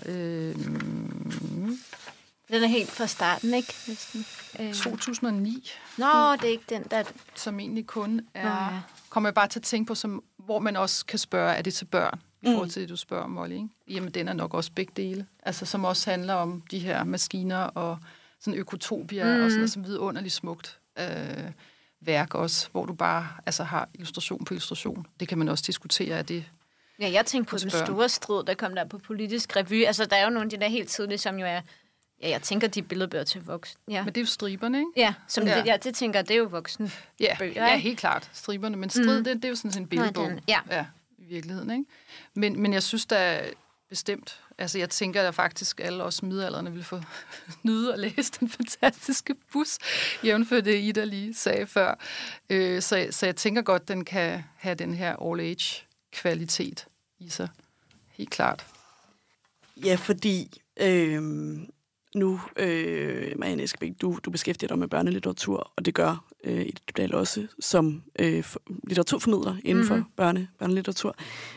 Den er helt fra starten, ikke? 2009. Nå, det er ikke den, der... Som egentlig kun er... Kommer jeg bare til at tænke på, hvor man også kan spørge, er det til børn? I forhold til det, du spørger, Molly, ikke? Jamen, den er nok også begge dele. Altså, som også handler om de her maskiner og sådan økotopia og sådan noget, som vidunderligt smukt værk også, hvor du bare har illustration på illustration. Det kan man også diskutere, er det... Ja, jeg tænkte på den store Strid, der kom der på Politisk Revy. Altså, der er jo nogle af de der helt tidlige, som jo er... Ja, jeg tænker, de billedbøger til voksne. Ja. Men det er jo striberne, ikke? Ja, det tænker det er jo voksne bøger. Ja, helt klart, striberne. Men Strid, det er jo sådan en billedbog. Ja, i virkeligheden, ikke? Men jeg synes da bestemt, altså jeg tænker, at faktisk alle os midaldrende vil få nyde at læse Den fantastiske bus, jævnfør det Ida lige sagde før. Så jeg tænker godt, den kan have den her all-age-kvalitet i sig. Helt klart. Ja, fordi... Nu, Marianne Eskebæk, du beskæftiger dig med børnelitteratur, og det gør Ida Dybdahl også som litteraturformidler inden for børnelitteratur.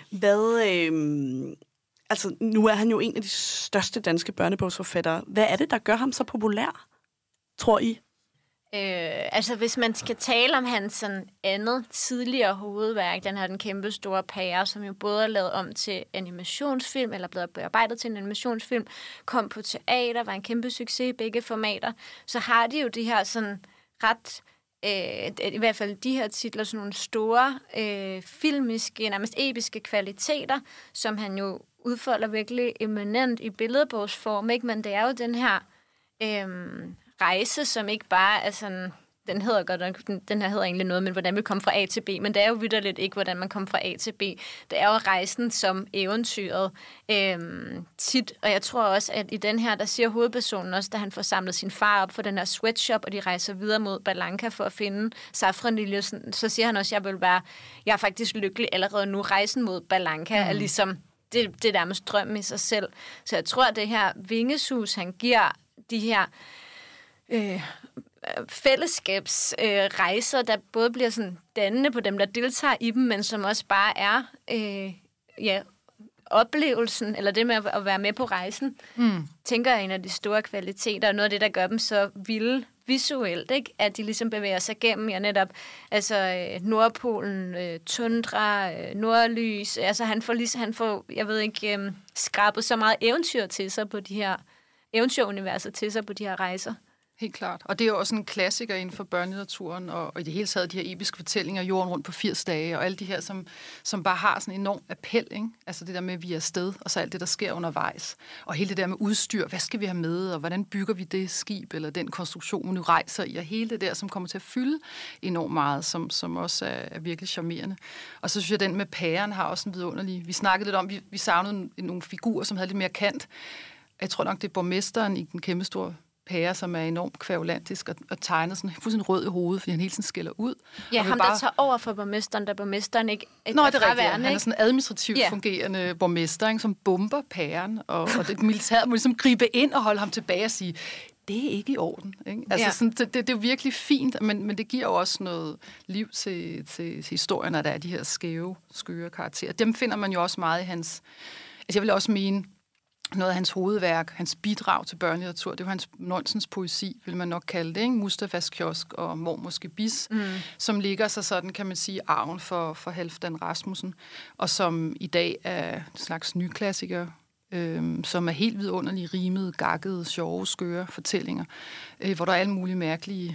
Altså, nu er han jo en af de største danske børnebogsforfattere. Hvad er det, der gør ham så populær, tror I? Altså, hvis man skal tale om hans sådan andet tidligere hovedværk, den her Den kæmpe store pære, som jo både er lavet om til animationsfilm, eller blevet bearbejdet til en animationsfilm, kom på teater, var en kæmpe succes i begge formater, så har de jo de her sådan ret, i hvert fald de her titler, sådan nogle store filmiske, nærmest episke kvaliteter, som han jo udfolder virkelig eminent i billedbogsform, ikke? Men det er jo den her... rejse, som ikke bare er sådan, den hedder godt nok, den her hedder egentlig noget, men hvordan vi kommer fra A til B, men det er jo vitterligt ikke, hvordan man kommer fra A til B. Det er jo rejsen som eventyret tit, og jeg tror også, at i den her, der siger hovedpersonen også, da han får samlet sin far op for den her sweatshop, og de rejser videre mod Balanka for at finde Safranilje, så siger han også, jeg er faktisk lykkelig allerede nu. Rejsen mod Balanka er ligesom, det er nærmest drømmen i sig selv. Så jeg tror, at det her vingesus, han giver de her fællesskabsrejser, der både bliver sådan dannende på dem, der deltager i dem, men som også bare er oplevelsen, eller det med at være med på rejsen, tænker jeg er en af de store kvaliteter, og noget af det, der gør dem så vilde visuelt, ikke? At de ligesom bevæger sig gennem, netop Nordpolen, tundra, nordlys. Altså han får jeg ved ikke, skrabet så meget eventyr til sig på de her eventyruniverser til sig på de her rejser. Helt klart. Og det er jo også en klassiker inden for børnelitteraturen, og i det hele taget de her episke fortællinger, Jorden rundt på 80 dage, og alle de her, som bare har sådan en enorm appel, ikke? Altså det der med, at vi er afsted, og så alt det, der sker undervejs. Og hele det der med udstyr, hvad skal vi have med, og hvordan bygger vi det skib, eller den konstruktion, man nu rejser i, og hele det der, som kommer til at fylde enormt meget, som også er virkelig charmerende. Og så synes jeg, at den med pæren har også en vidunderlig. Vi snakkede lidt om, vi savnede nogle figurer, som havde lidt mere kant. Jeg tror nok, det er borgmesteren i den kæmpestore pære, som er enormt kværulantisk og tegner sådan fuldstændig rød i hovedet, fordi han hele tiden skiller ud. Ja, ham der tager over for borgmesteren, da borgmesteren ikke er det er rigtigt. Han er sådan en administrativt fungerende borgmester, ikke, som bomber pæren, og det militæret må ligesom gribe ind og holde ham tilbage og sige, det er ikke i orden. Ikke? Altså, sådan, det er virkelig fint, men det giver jo også noget liv til historien, at der er de her skøre karakterer. Dem finder man jo også meget i hans. Altså, jeg vil også mene, noget af hans hovedværk, hans bidrag til børnelitteratur, det er jo hans nonsens poesi, vil man nok kalde det, ikke? Mustafas kiosk og Mormors gebis, som ligger sig sådan, kan man sige, arven for Halfdan Rasmussen, og som i dag er en slags nyklassiker, som er helt vidunderlige, rimede, gakkede, sjove, skøre fortællinger, hvor der er alle mulige mærkelige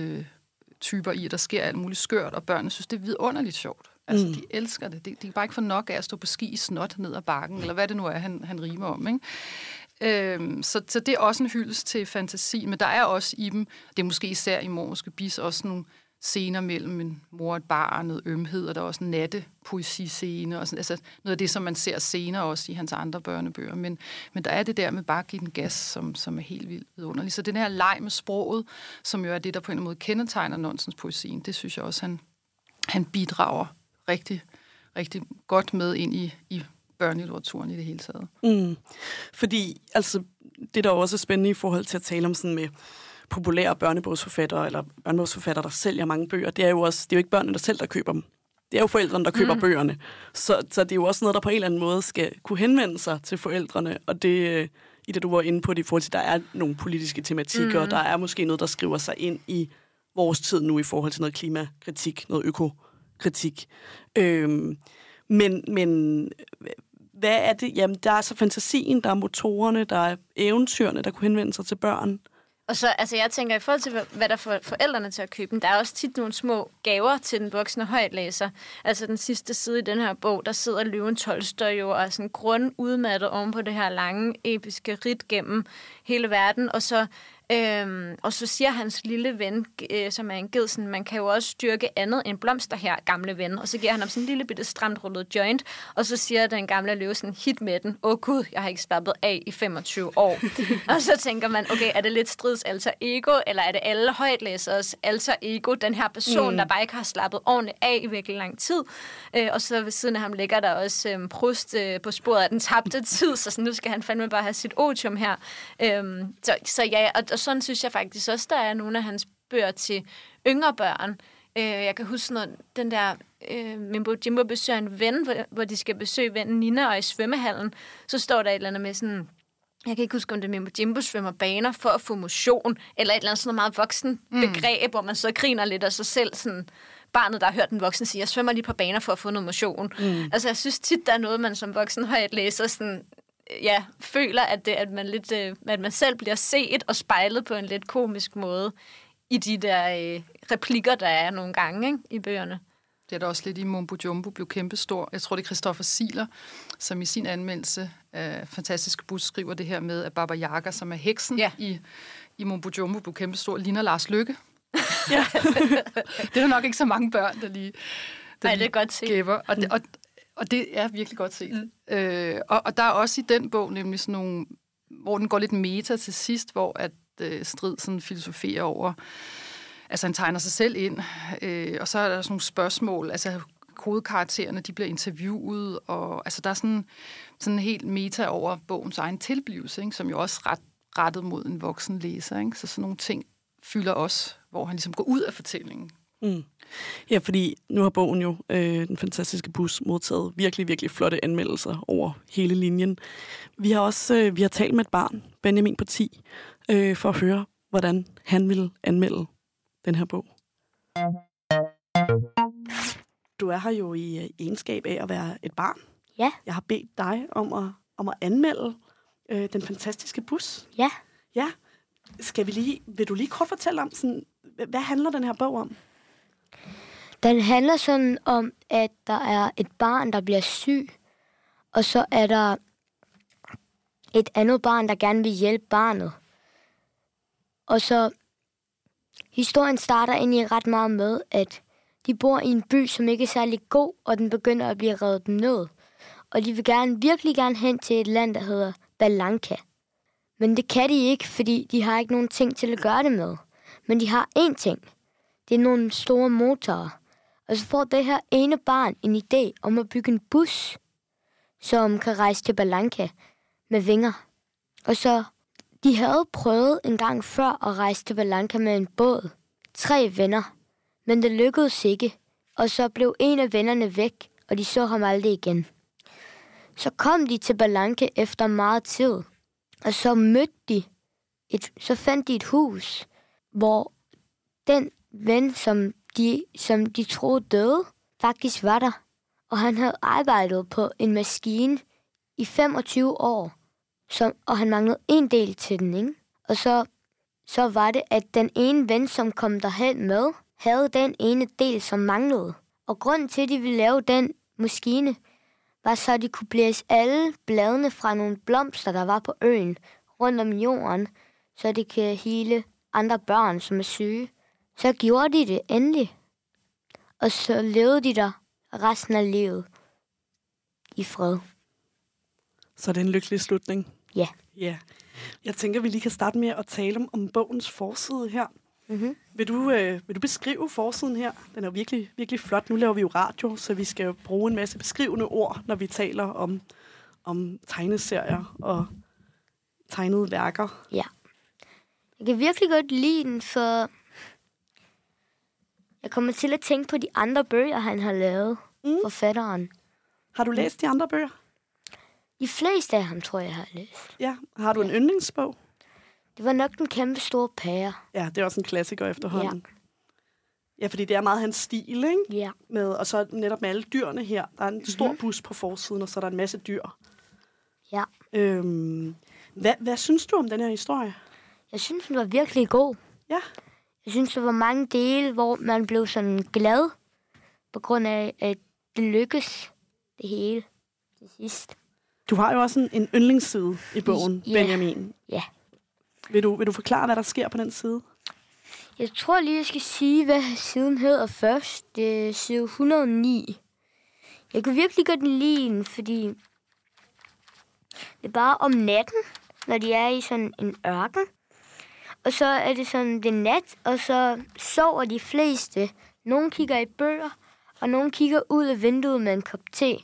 typer i, der sker alt muligt skørt, og børnene synes, det er vidunderligt sjovt. Altså, de elsker det. De kan bare ikke få nok af at stå på ski i snot ned ad bakken, eller hvad det nu er, han rimer om, ikke? Så det er også en hyldest til fantasien, men der er også i dem, det er måske især i Mormors gebis, også nogle scener mellem en mor og et barn, noget ømhed, og der er også en nattepoesiscene, og sådan, altså noget af det, som man ser senere også i hans andre børnebøger. Men der er det der med bare at give den gas, som er helt vildt vidunderligt. Så den her leg med sproget, som jo er det, der på en måde kendetegner nonsenspoesien, det synes jeg også, han bidrager rigtig, rigtig godt med ind i børnelitteraturen i det hele taget. Fordi, altså, det der også er spændende i forhold til at tale om sådan med populære børnebogsforfattere, eller børnebogsforfattere, der sælger mange bøger, det er jo ikke børnene, der selv der køber dem. Det er jo forældrene, der køber bøgerne. Så det er jo også noget, der på en eller anden måde skal kunne henvende sig til forældrene, og det, i det du var inde på det, i forhold til, der er nogle politiske tematikker, og der er måske noget, der skriver sig ind i vores tid nu, i forhold til noget klimakritik, noget økokritik. Men hvad er det? Jamen, der er så fantasien, der er motorerne, der er eventyrene, der kunne henvende sig til børn. Og så, altså jeg tænker, i forhold til, hvad der får forældrene til at købe dem, der er også tit nogle små gaver til den voksne højtlæser. Altså den sidste side i den her bog, der sidder Løven Tolstoy jo og er sådan grundudmattet oven på det her lange, episke ridt gennem hele verden, og så siger hans lille ven, som er en ged, sådan, man kan jo også styrke andet end blomster her, gamle ven. Og så giver han ham sådan en lille bitte stramt rullet joint, og så siger den gamle løve sådan, hit med den. Gud, jeg har ikke slappet af i 25 år. Og så tænker man, okay, er det lidt strids alter ego, eller er det alle højtlæseres alter ego, den her person, der bare ikke har slappet ordentligt af i virkelig lang tid. Og så ved siden af ham ligger der også Proust på sporet af den tabte tid, så sådan, nu skal han fandme bare have sit otium her. Så ja, og sådan synes jeg faktisk også, der er nogle af hans bøger til yngre børn. Jeg kan huske noget, den der Mimbo Jimbo besøger en ven, hvor de skal besøge vennen Nina, og i svømmehallen, så står der et eller andet med sådan, jeg kan ikke huske, om det Mimbo Jimbo svømmer baner for at få motion, eller et eller andet sådan meget voksen begreb, hvor man så griner lidt af sig selv, sådan barnet, der har hørt den voksen sige, jeg svømmer lige på baner for at få noget motion. Altså, jeg synes tit, der er noget, man som voksen højt læser sådan, ja, føler, at man selv bliver set og spejlet på en lidt komisk måde i de der replikker, der er nogle gange, ikke, i bøgerne. Det er der også lidt i Mumbo Jumbo blev kæmpestor. Jeg tror, det er Christoffer Siler, som i sin anmeldelse af Fantastiske Bus skriver det her med, at Baba Yaga, som er heksen i Mumbo Jumbo, blev kæmpestor, ligner Lars Løkke. Ja. Det er jo nok ikke så mange børn, der lige Nej, det er godt set. Gæber. Og det er virkelig godt set. Og der er også i den bog nemlig sådan nogle, hvor den går lidt meta til sidst, hvor at Strid sådan filosoferer over, altså han tegner sig selv ind, og så er der sådan nogle spørgsmål, altså hovedkaraktererne, de bliver interviewet, og altså der er sådan helt meta over bogens egen tilblivelse, ikke, som jo også rettet mod en voksen læser, ikke? Så sådan nogle ting fylder også, hvor han ligesom går ud af fortællingen. Ja, fordi nu har bogen jo, Den Fantastiske Bus, modtaget virkelig, virkelig flotte anmeldelser over hele linjen. Vi har talt med et barn, Benjamin på 10, for at høre, hvordan han ville anmelde den her bog. Du er her jo i egenskab af at være et barn. Ja. Jeg har bedt dig om at anmelde Den Fantastiske Bus. Ja. Ja. Vil du lige kort fortælle om, sådan, hvad handler den her bog om? Den handler sådan om, at der er et barn, der bliver syg, og så er der et andet barn, der gerne vil hjælpe barnet. Og så historien starter egentlig ret meget med, at de bor i en by, som ikke er særlig god, og den begynder at blive revet ned. Og de vil virkelig gerne hen til et land, der hedder Balanka. Men det kan de ikke, fordi de har ikke nogen ting til at gøre det med. Men de har én ting. Det er nogle store motorer. Og så får det her ene barn en idé om at bygge en bus, som kan rejse til Balanka med vinger. Og så, de havde prøvet en gang før at rejse til Balanka med en båd. 3 venner. Men det lykkedes ikke. Og så blev en af vennerne væk, og de så ham aldrig igen. Så kom de til Balanka efter meget tid. Og så så fandt de et hus, hvor den ven, som de troede døde, faktisk var der. Og han havde arbejdet på en maskine i 25 år, og han manglede en del til den, ikke? Og så var det, at den ene ven, som kom derhen med, havde den ene del, som manglede. Og grunden til, at de ville lave den maskine, var så, at de kunne blæse alle bladene fra nogle blomster, der var på øen, rundt om jorden, så det kan hele andre børn, som er syge. Så gjorde de det endelig. Og så levede de der resten af livet i fred. Så det er en lykkelig slutning. Ja. Ja. Jeg tænker, vi lige kan starte med at tale om bogens forside her. Mm-hmm. Vil du beskrive forsiden her? Den er jo virkelig, virkelig flot. Nu laver vi jo radio, så vi skal jo bruge en masse beskrivende ord, når vi taler om tegneserier og tegnede værker. Ja. Jeg kan virkelig godt lide den, for jeg kommer til at tænke på de andre bøger, han har lavet, forfatteren. Har du læst de andre bøger? De fleste af ham, tror jeg har læst. Ja. Har du en yndlingsbog? Det var nok Den Kæmpe Store Pære. Ja, det er også en klassiker efterhånden. Ja, fordi det er meget hans stil, ikke? Ja. Og så netop med alle dyrene her. Der er en stor bus på forsiden, og så er der en masse dyr. Ja. Hvad synes du om den her historie? Jeg synes, den var virkelig god. Ja. Jeg synes, der var mange dele, hvor man blev sådan glad, på grund af, at det lykkes det hele til sidst. Du har jo også en yndlingsside i bogen, Benjamin. Ja. Vil du forklare, hvad der sker på den side? Jeg tror lige, jeg skal sige, hvad siden hedder først. Det er side 109. Jeg kan virkelig godt lide den, fordi det er bare om natten, når de er i sådan en ørken. Og så er det sådan, det er nat, og så sover de fleste. Nogle kigger i bøger, og nogle kigger ud af vinduet med en kop te.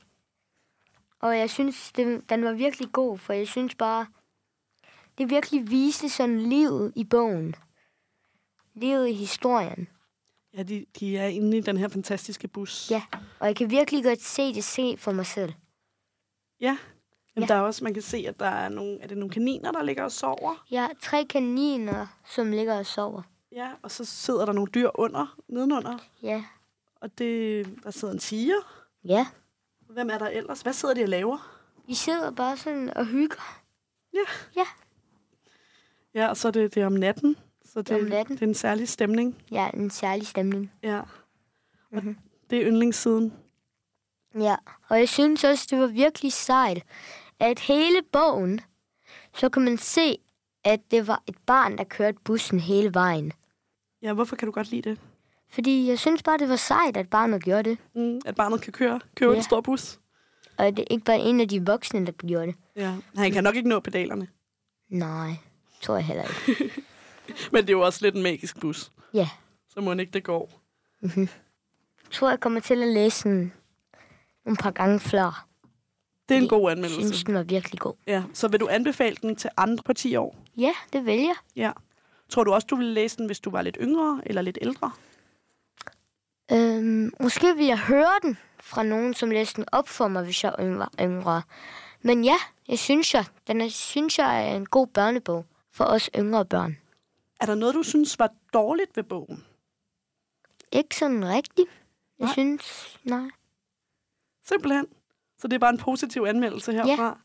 Og jeg synes, den var virkelig god, for jeg synes bare, det virkelig viste sådan livet i bogen. Livet i historien. Ja, de er inde i den her fantastiske bus. Ja, og jeg kan virkelig godt se for mig selv. Ja. Jamen, der er også, man kan se, at der er nogle kaniner, der ligger og sover. Ja, 3 kaniner, som ligger og sover. Ja, og så sidder der nogle dyr nedenunder. Ja. Og der sidder en tiger. Ja. Hvem er der ellers? Hvad sidder de og laver? De sidder bare sådan og hygger. Ja. Ja. Ja, og så er det om natten. Så det er en særlig stemning. Ja, en særlig stemning. Ja. Og det er yndlingssiden. Ja, og jeg synes også, det var virkelig sejt, at hele bogen, så kan man se, at det var et barn, der kørte bussen hele vejen. Ja, hvorfor kan du godt lide det? Fordi jeg synes bare, det var sejt, at barnet gjorde det. At barnet kan køre en stor bus. Og det er ikke bare en af de voksne, der gjorde det. Ja, han kan nok ikke nå pedalerne. Nej, tror jeg heller ikke. Men det er jo også lidt en magisk bus. Ja. Så må ikke det går. Mm-hmm. Jeg tror, jeg kommer til at læse den nogle par gange før. Det er en god anmeldelse. Jeg synes, den var virkelig god. Ja, så vil du anbefale den til andre på 10 år? Ja, det vil jeg. Ja. Tror du også, du ville læse den, hvis du var lidt yngre eller lidt ældre? Måske vil jeg høre den fra nogen, som læste den op for mig, hvis jeg var yngre. Men ja, synes jeg er en god børnebog for os yngre børn. Er der noget, du synes var dårligt ved bogen? Ikke sådan rigtigt. Jeg Nej. synes, nej. Simpelthen. Så det er bare en positiv anmeldelse herfra.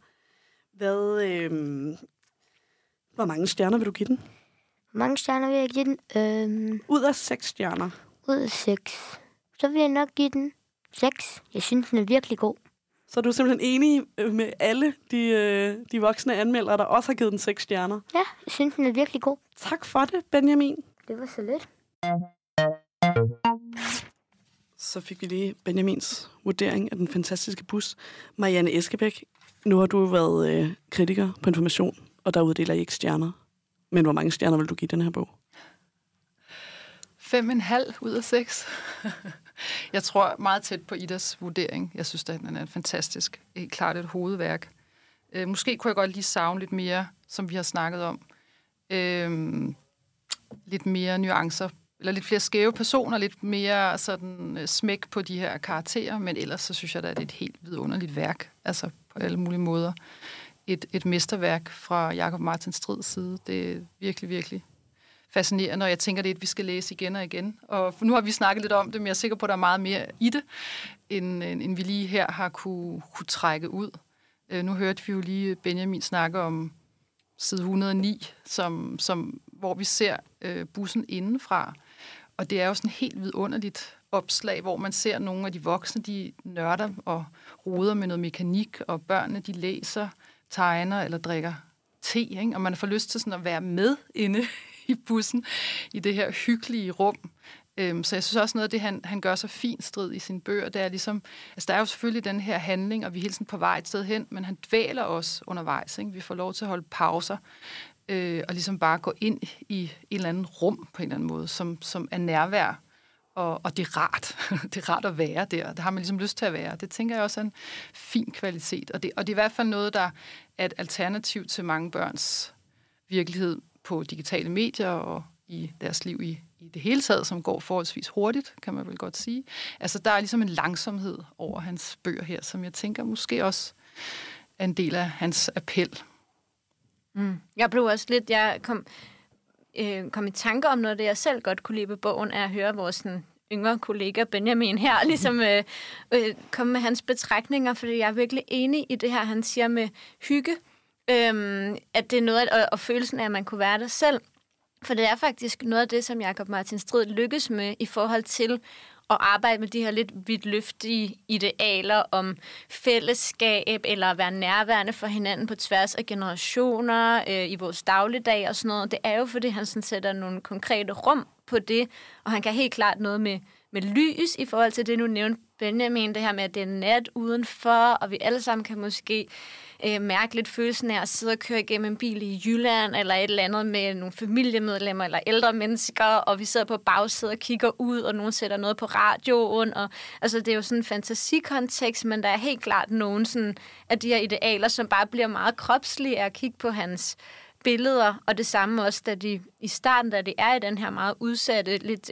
Hvor mange stjerner vil du give den? Hvor mange stjerner vil jeg give den? Ud af 6 stjerner. Ud af 6. Så vil jeg nok give den 6. Jeg synes, den er virkelig god. Så er du simpelthen enig med alle de voksne anmeldere, der også har givet den 6 stjerner. Ja, jeg synes, den er virkelig god. Tak for det, Benjamin. Det var så lidt. Så fik vi lige Benjamins vurdering af den fantastiske bus. Marianne Eskebæk, nu har du været kritiker på Information, og der uddeler I ikke stjerner. Men hvor mange stjerner vil du give den her bog? 5,5 ud af 6. Jeg tror meget tæt på Idas vurdering. Jeg synes, at den er fantastisk. Helt klart et hovedværk. Måske kunne jeg godt lige savne lidt mere, som vi har snakket om. Lidt mere nuancer, eller lidt flere skæve personer, lidt mere sådan smæk på de her karakterer, men ellers så synes jeg, at det er et helt vidunderligt værk, altså på alle mulige måder. Et mesterværk fra Jakob Martin Strids side. Det er virkelig, virkelig fascinerende, og jeg tænker, det er et, vi skal læse igen og igen. Og nu har vi snakket lidt om det, men jeg er sikker på, at der er meget mere i det, end vi lige her har kunne trække ud. Nu hørte vi jo lige Benjamin snakke om side 109, hvor vi ser bussen indenfra. Og det er jo sådan et helt vidunderligt opslag, hvor man ser nogle af de voksne, de nørder og roder med noget mekanik, og børnene, de læser, tegner eller drikker te, ikke? Og man får lyst til sådan at være med inde i bussen, i det her hyggelige rum. Så jeg synes også noget af det, han gør så fint Strid i sine bøger, det er ligesom, altså der er jo selvfølgelig den her handling, og vi er hele tiden på vej et sted hen, men han dvæler os undervejs, ikke? Vi får lov til at holde pauser, og ligesom bare gå ind i et eller andet rum på en eller anden måde, som er nærvær, og det er rart. Det er rart at være der. Det har man ligesom lyst til at være. Det tænker jeg også er en fin kvalitet, og det er i hvert fald noget, der er et alternativ til mange børns virkelighed på digitale medier og i deres liv i det hele taget, som går forholdsvis hurtigt, kan man vel godt sige. Altså, der er ligesom en langsomhed over hans bøger her, som jeg tænker måske også er en del af hans appel. Jeg blev også lidt, jeg kom i tanke om noget, det jeg selv godt kunne lide på bogen, er at høre vores sådan, yngre kollega Benjamin her, ligesom komme med hans betragtninger, fordi jeg er virkelig enig i det her, han siger med hygge, at det er noget, og følelsen af, at man kunne være der selv. For det er faktisk noget af det, som Jakob Martin Strid lykkes med i forhold til at arbejde med de her lidt vidtløftige idealer om fællesskab eller at være nærværende for hinanden på tværs af generationer i vores dagligdag og sådan noget. Det er jo, fordi han sådan sætter nogle konkrete rum på det, og han kan helt klart noget med lys i forhold til det, nu nævnte Benjamin, det her med, at det er nat udenfor, og vi alle sammen kan måske mærke lidt følelsen af at sidde og køre igennem en bil i Jylland, eller et eller andet med nogle familiemedlemmer, eller ældre mennesker, og vi sidder på bagsædet og kigger ud, og nogen sætter noget på radioen, og altså, det er jo sådan en fantasikontekst, men der er helt klart nogle sådan, af de her idealer, som bare bliver meget kropslige af at kigge på hans billeder, og det samme også, da de i starten, da det er i den her meget udsatte, lidt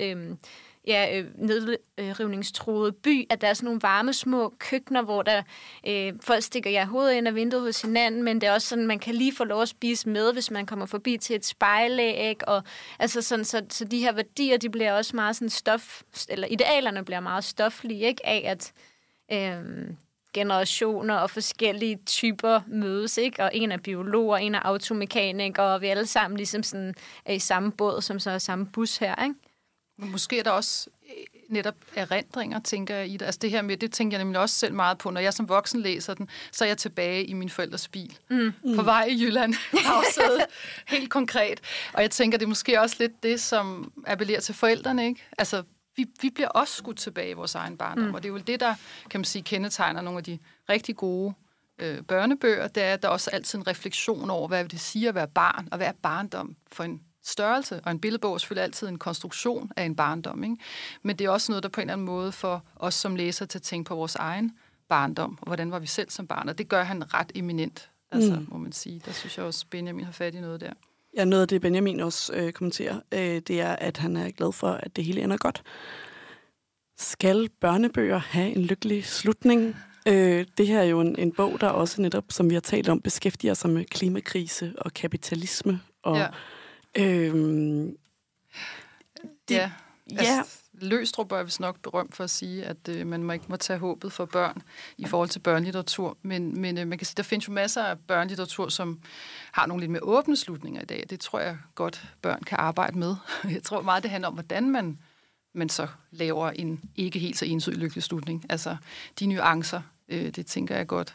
nedrivningstruede by, at der er sådan nogle varme små køkkener, hvor der folk stikker hovedet ind af vinduet hos hinanden, men det er også sådan, man kan lige få lov at spise med, hvis man kommer forbi til et spejlæg, og altså sådan, så de her værdier, de bliver også meget sådan eller idealerne bliver meget stoflige, ikke, af at generationer og forskellige typer mødes, ikke? Og en er biologer, en er automekaniker, og vi alle sammen ligesom sådan er i samme båd, som så er samme bus her, ikke? Men måske er der også netop erindringer, tænker jeg i det. Altså det her med, det tænker jeg nemlig også selv meget på. Når jeg som voksen læser den, så er jeg tilbage i min forældres bil. På vej i Jylland. Bagsædet. Helt konkret. Og jeg tænker, det er måske også lidt det, som appellerer til forældrene, ikke? Altså, vi bliver også skudt tilbage i vores egen barndom. Og det er jo det, der, kan man sige, kendetegner nogle af de rigtig gode børnebøger. Det er, at der også altid en refleksion over, hvad det siger at være barn, og hvad er barndom for en størrelse, og en billedbog er selvfølgelig altid en konstruktion af en barndom, ikke? Men det er også noget, der på en eller anden måde for os som læser til at tænke på vores egen barndom, og hvordan var vi selv som barn, og det gør han ret eminent, altså, må man sige. Der synes jeg også, Benjamin har fat i noget der. Ja, noget af det, Benjamin også kommenterer, det er, at han er glad for, at det hele ender godt. Skal børnebøger have en lykkelig slutning? Det her er jo en bog, der også netop, som vi har talt om, beskæftiger sig med klimakrise og kapitalisme og Ja. Altså, Løgstrup er vist nok berømt for at sige, at man ikke må tage håbet for børn i forhold til børnelitteratur. Men man kan sige, der findes jo masser af børnelitteratur, som har nogle lidt mere åbne slutninger i dag. Det tror jeg godt, børn kan arbejde med. Jeg tror meget, det handler om, hvordan man så laver en ikke helt så entydig lykkelig slutning. Altså, de nuancer, det tænker jeg godt,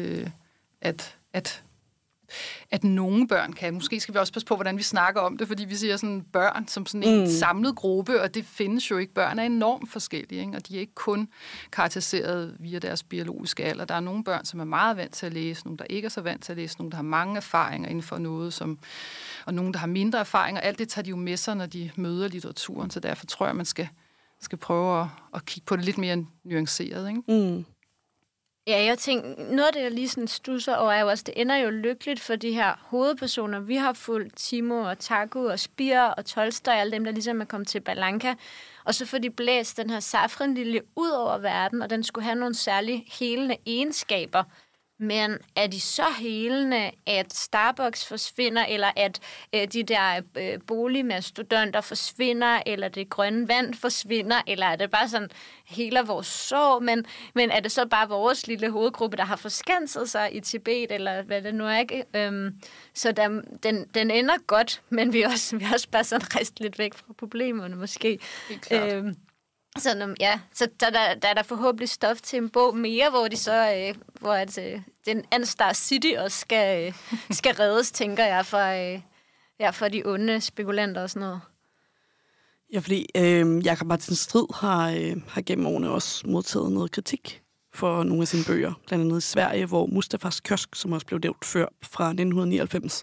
at nogle børn kan. Måske skal vi også passe på, hvordan vi snakker om det, fordi vi siger sådan børn som sådan en samlet gruppe, og det findes jo ikke. Børn er enormt forskellige, ikke? Og de er ikke kun karakteriseret via deres biologiske alder. Der er nogle børn, som er meget vant til at læse, nogle, der ikke er så vant til at læse, nogle, der har mange erfaringer inden for noget, og nogle, der har mindre erfaringer. Alt det tager de jo med sig, når de møder litteraturen, så derfor tror jeg, man skal prøve at kigge på det lidt mere nuanceret, ikke? Mm. Ja, jeg tænker, noget af det, jeg lige sådan stusser over, er jo også, det ender jo lykkeligt for de her hovedpersoner. Vi har fulgt Timo og Taku og Spir og Tolstoy, alle dem, der ligesom er kommet til Balanka. Og så får de blæst den her Safran-lilje ud over verden, og den skulle have nogle særlige helende egenskaber. Men er de så helende, at Starbucks forsvinder, eller at de der boligmastodonter forsvinder, eller det grønne vand forsvinder, eller er det bare sådan heler vores sorg, men er det så bare vores lille hovedgruppe, der har forskanset sig i Tibet, eller hvad det nu er, ikke? Så den ender godt, men vi er også bare sådan rejst lidt væk fra problemerne, måske. Helt klart. Så der er der forhåbentlig stof til en bog mere, hvor de så, den Anstar City også skal reddes, tænker jeg, for de onde spekulanter og sådan noget. Ja, fordi Jakob Martin Strid har gennem årene også modtaget noget kritik for nogle af sine bøger, blandt andet i Sverige, hvor Mustafas Kiosk, som også blev nævnt før fra 1999,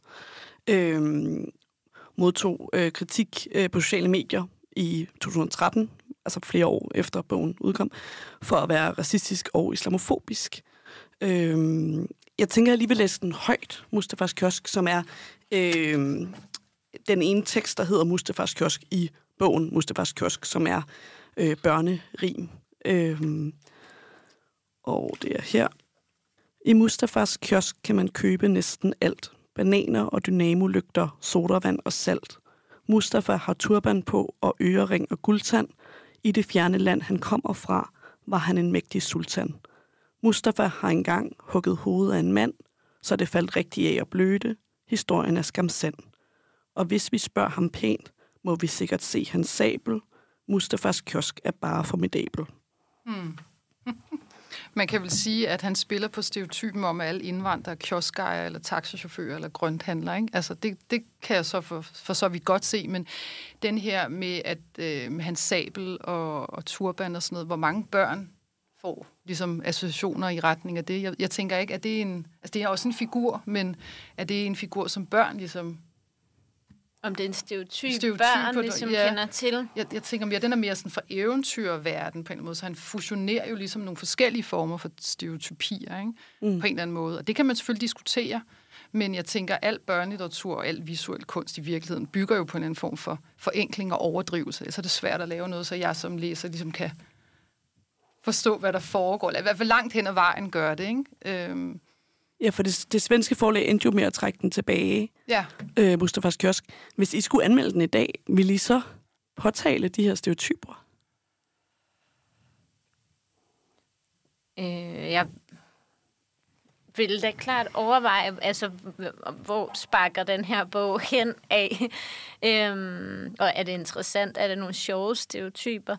modtog kritik på sociale medier i 2013, altså flere år efter bogen udkom, for at være racistisk og islamofobisk. Jeg tænker, jeg lige vil læse den højt, Mustafas Kiosk, som er den ene tekst, der hedder Mustafas Kiosk i bogen Mustafas Kiosk, som er børnerim. Og det er her. I Mustafas Kiosk kan man købe næsten alt. Bananer og dynamolygter, sodavand og salt. Mustafa har turban på og ørering og guldtand. I det fjerne land, han kommer fra, var han en mægtig sultan. Mustafa har engang hugget hovedet af en mand, så det faldt rigtig af at bløde. Historien er skamsand. Og hvis vi spørger ham pænt, må vi sikkert se hans sabel. Mustafas Kiosk er bare formidabel. Man kan vel sige, at han spiller på stereotypen om, at alle indvandrere, kioskejere eller taxachauffører eller grønthandlere, ikke? Altså, det kan jeg så for så vidt godt se, men den her med, at med hans sabel og turban og sådan noget, hvor mange børn får ligesom associationer i retning af det. Jeg tænker ikke, at det er altså det er også en figur, men er det en figur, som børn ligesom... Om det er en stereotyp børn ligesom kender til. Jeg tænker mere, den er mere sådan fra eventyrverden på en måde, så han fusionerer jo ligesom nogle forskellige former for stereotypier, ikke? På en eller anden måde. Og det kan man selvfølgelig diskutere, men jeg tænker, at al børnelitteratur og al visuel kunst i virkeligheden bygger jo på en anden form for forenkling og overdrivelse. Så er det svært at lave noget, så jeg som læser ligesom kan forstå, hvad der foregår. Eller i hvert fald langt hen ad vejen gør det, ikke? Ja, for det svenske forlag endte jo med at trække den tilbage, Mustafas Kiosk. Hvis I skulle anmelde den i dag, ville I så påtale de her stereotyper? Jeg vil da klart overveje, altså, hvor sparker den her bog hen af? Og er det interessant? Er det nogle sjove stereotyper?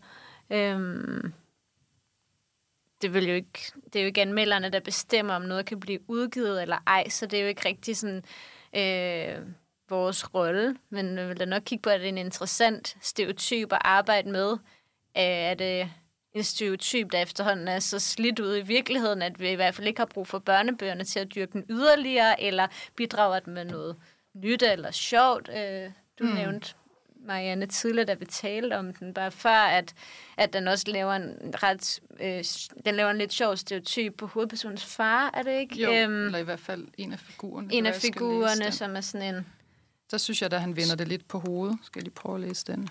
Det er jo ikke anmelderne, der bestemmer, om noget kan blive udgivet eller ej, så det er jo ikke rigtig sådan vores rolle. Men vi vil da nok kigge på, at det er en interessant stereotyp at arbejde med. Er det en stereotyp, der efterhånden er så slidt ud i virkeligheden, at vi i hvert fald ikke har brug for børnebøgerne til at dyrke den yderligere, eller bidrager den med noget nyt eller sjovt? Du nævnte, Marianne, tidligere, da vi talte om den, bare før, at den også laver den laver en lidt sjov stereotyp på hovedpersonens far, er det ikke? Jo, eller i hvert fald en af figurerne. En af figurerne, som er sådan en... Så synes jeg, at han vender det lidt på hovedet. Skal jeg lige prøve at læse den.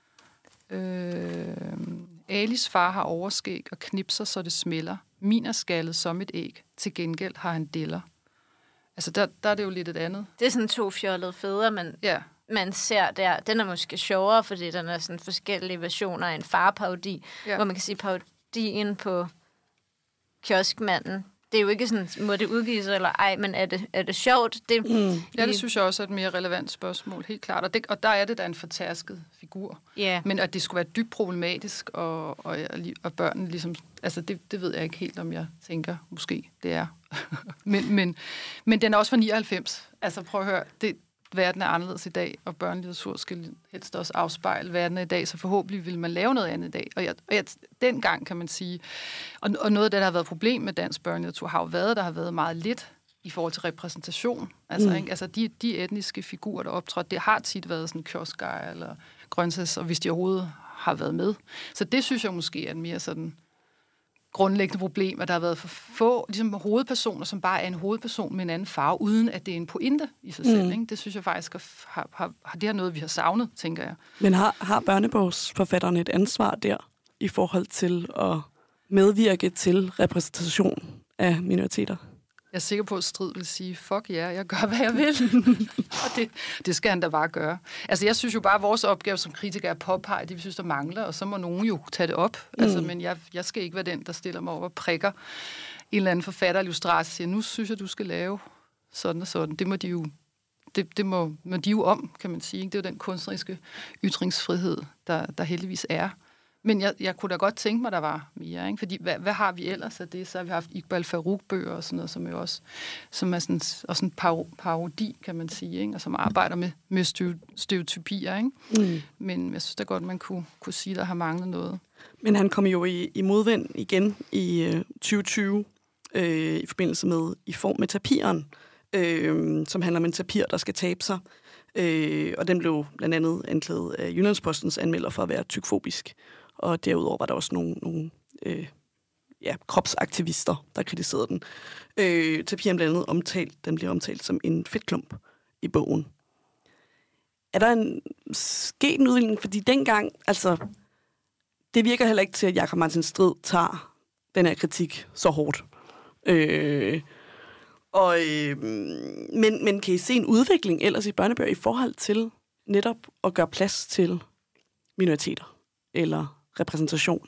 Alis far har overskæg og knipser, så det smelter. Min er skaldet som et æg. Til gengæld har han diller. Altså, der er det jo lidt et andet. Det er sådan to fjollede fædre, men man ser der, den er måske sjovere, fordi den er sådan forskellige versioner af en farparodi, hvor man kan sige parodien på Kioskmanden. Det er jo ikke sådan, må det udgives eller ej, men er det sjovt? Ja, det synes jeg også er et mere relevant spørgsmål, helt klart. Og der er det da en fortærsket figur. Yeah. Men at det skulle være dybt problematisk, og børnene ligesom... Altså, det ved jeg ikke helt, om jeg tænker, måske det er. men den er også fra 99. Altså, prøv at høre, verden er anderledes i dag, og børnelitteratur skal helst også afspejle verden i dag, så forhåbentlig vil man lave noget andet i dag. Og dengang kan man sige, og noget af det, der har været problem med dansk børnelitteratur, har jo været, der har været meget lidt i forhold til repræsentation. Altså, ikke? Altså de etniske figurer, der optrådte, det har tit været sådan kioskgej eller grøntsags, og hvis de overhovedet har været med. Så det synes jeg måske er en mere sådan grundlæggende problem, at der har været for få ligesom hovedpersoner, som bare er en hovedperson med en anden farve, uden at det er en pointe i sig selv. Ikke? Det synes jeg faktisk, det er noget, vi har savnet, tænker jeg. Men har børnebogsforfatterne et ansvar der, i forhold til at medvirke til repræsentation af minoriteter? Jeg er sikker på, at Strid vil sige, fuck ja, jeg gør, hvad jeg vil. Og det skal han da bare gøre. Altså, jeg synes jo bare, at vores opgave som kritiker er at påpege det, vi synes, der mangler, og så må nogen jo tage det op. Altså, men jeg skal ikke være den, der stiller mig op og prikker en eller anden forfatter eller illustrator og siger, nu synes jeg, du skal lave sådan og sådan. Det må de jo, det må de jo om, kan man sige. Det er jo den kunstneriske ytringsfrihed, der heldigvis er. Men jeg kunne da godt tænke mig, der var mere, ikke? Fordi hvad har vi ellers af det? Så har vi haft Iqbal Farooq-bøger og sådan noget, som jo også som er sådan, også en parodi, kan man sige, ikke? Og som arbejder med stereotypier, ikke? Men jeg synes da godt, man kunne sige, der har manglet noget. Men han kom jo i modvind igen i 2020 i forbindelse med I form med tapiren, som handler om en tapir, der skal tabe sig. Og den blev blandt andet anklaget af Jyllandspostens anmelder for at være tykfobisk. Og derudover var der også nogle kropsaktivister, der kritiserede den. Tapiren blandt andet den bliver omtalt som en fedtklump i bogen. Er der sket en udvikling? Fordi dengang, altså, det virker heller ikke til, at Jakob Martin Strid tager den her kritik så hårdt. Men kan I se en udvikling ellers i børnebøger i forhold til netop at gøre plads til minoriteter eller repræsentation?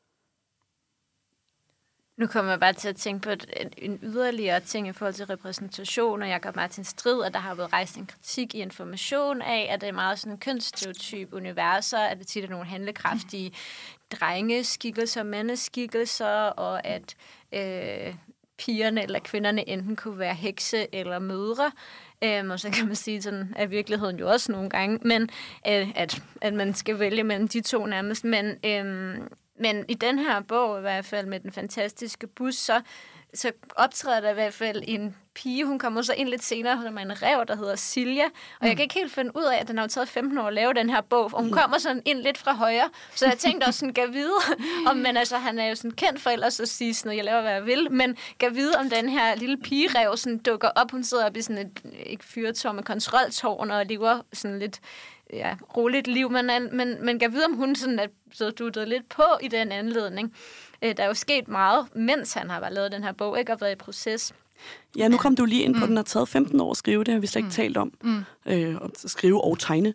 Nu kommer jeg bare til at tænke på en yderligere ting i forhold til repræsentation, og Jakob Martin Strid, at der har været rejst en kritik i Information af, at det er meget sådan en kønsstereotyp universer, at det tit er nogle handlekraftige drengeskikkelser, mandeskikkelser, og at pigerne eller kvinderne enten kunne være hekse eller mødre. Og så kan man sige, sådan er virkeligheden jo også nogle gange, men at man skal vælge mellem de to nærmest. Men i den her bog, i hvert fald med Den Fantastiske Bus, så optræder der i hvert fald en pige, hun kommer så ind lidt senere, som er en ræv, der hedder Silja, og jeg kan ikke helt finde ud af, at den har jo taget 15 år at lave den her bog, og hun kommer sådan ind lidt fra højre, så jeg tænkte også sådan, gav vide, men altså, han er jo sådan kendt for ellers at sige sådan, jeg laver, hvad jeg vil, men gav vide, om den her lille pigeræv sådan dukker op, hun sidder oppe i sådan et fyrtårn med kontroltårn, og lever sådan lidt roligt liv, men gav vide, om hun sådan er så duttet lidt på i den anledning. Der er jo sket meget, mens han har lavet den her bog, ikke, og været i proces. Ja, nu kom du lige ind på, den har taget 15 år at skrive, det har vi slet ikke talt om. At skrive og tegne.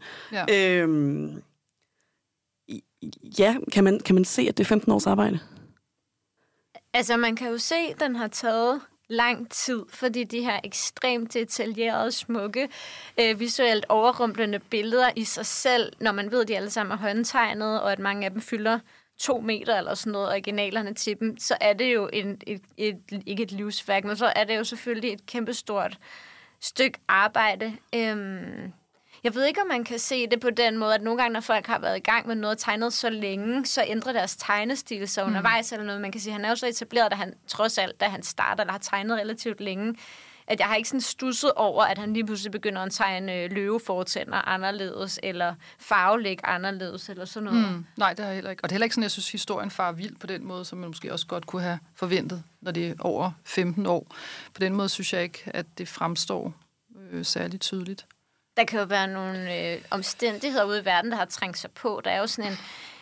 Ja, kan man se, at det er 15 års arbejde? Altså, man kan jo se, at den har taget lang tid, fordi de her ekstremt detaljerede, smukke, visuelt overrumplende billeder i sig selv, når man ved, at de alle sammen er håndtegnet, og at mange af dem fylder 2 meter eller sådan noget, originalerne til dem, så er det jo ikke et livsværk, men så er det jo selvfølgelig et kæmpestort stykke arbejde. Jeg ved ikke, om man kan se det på den måde, at nogle gange, når folk har været i gang med noget tegnet så længe, så ændrer deres tegnestil sig undervejs eller noget. Man kan sige, at han er jo så etableret, da han trods alt, da han starter, eller har tegnet relativt længe, at jeg har ikke sådan stusset over, at han lige pludselig begynder at tegne løvefortænder anderledes, eller farvelæg anderledes, eller sådan noget. Nej, det har jeg heller ikke. Og det er heller ikke sådan, jeg synes, historien farer vild på den måde, som man måske også godt kunne have forventet, når det er over 15 år. På den måde synes jeg ikke, at det fremstår særligt tydeligt. Der kan jo være nogle omstændigheder ude i verden, der har trængt sig på. Der er jo sådan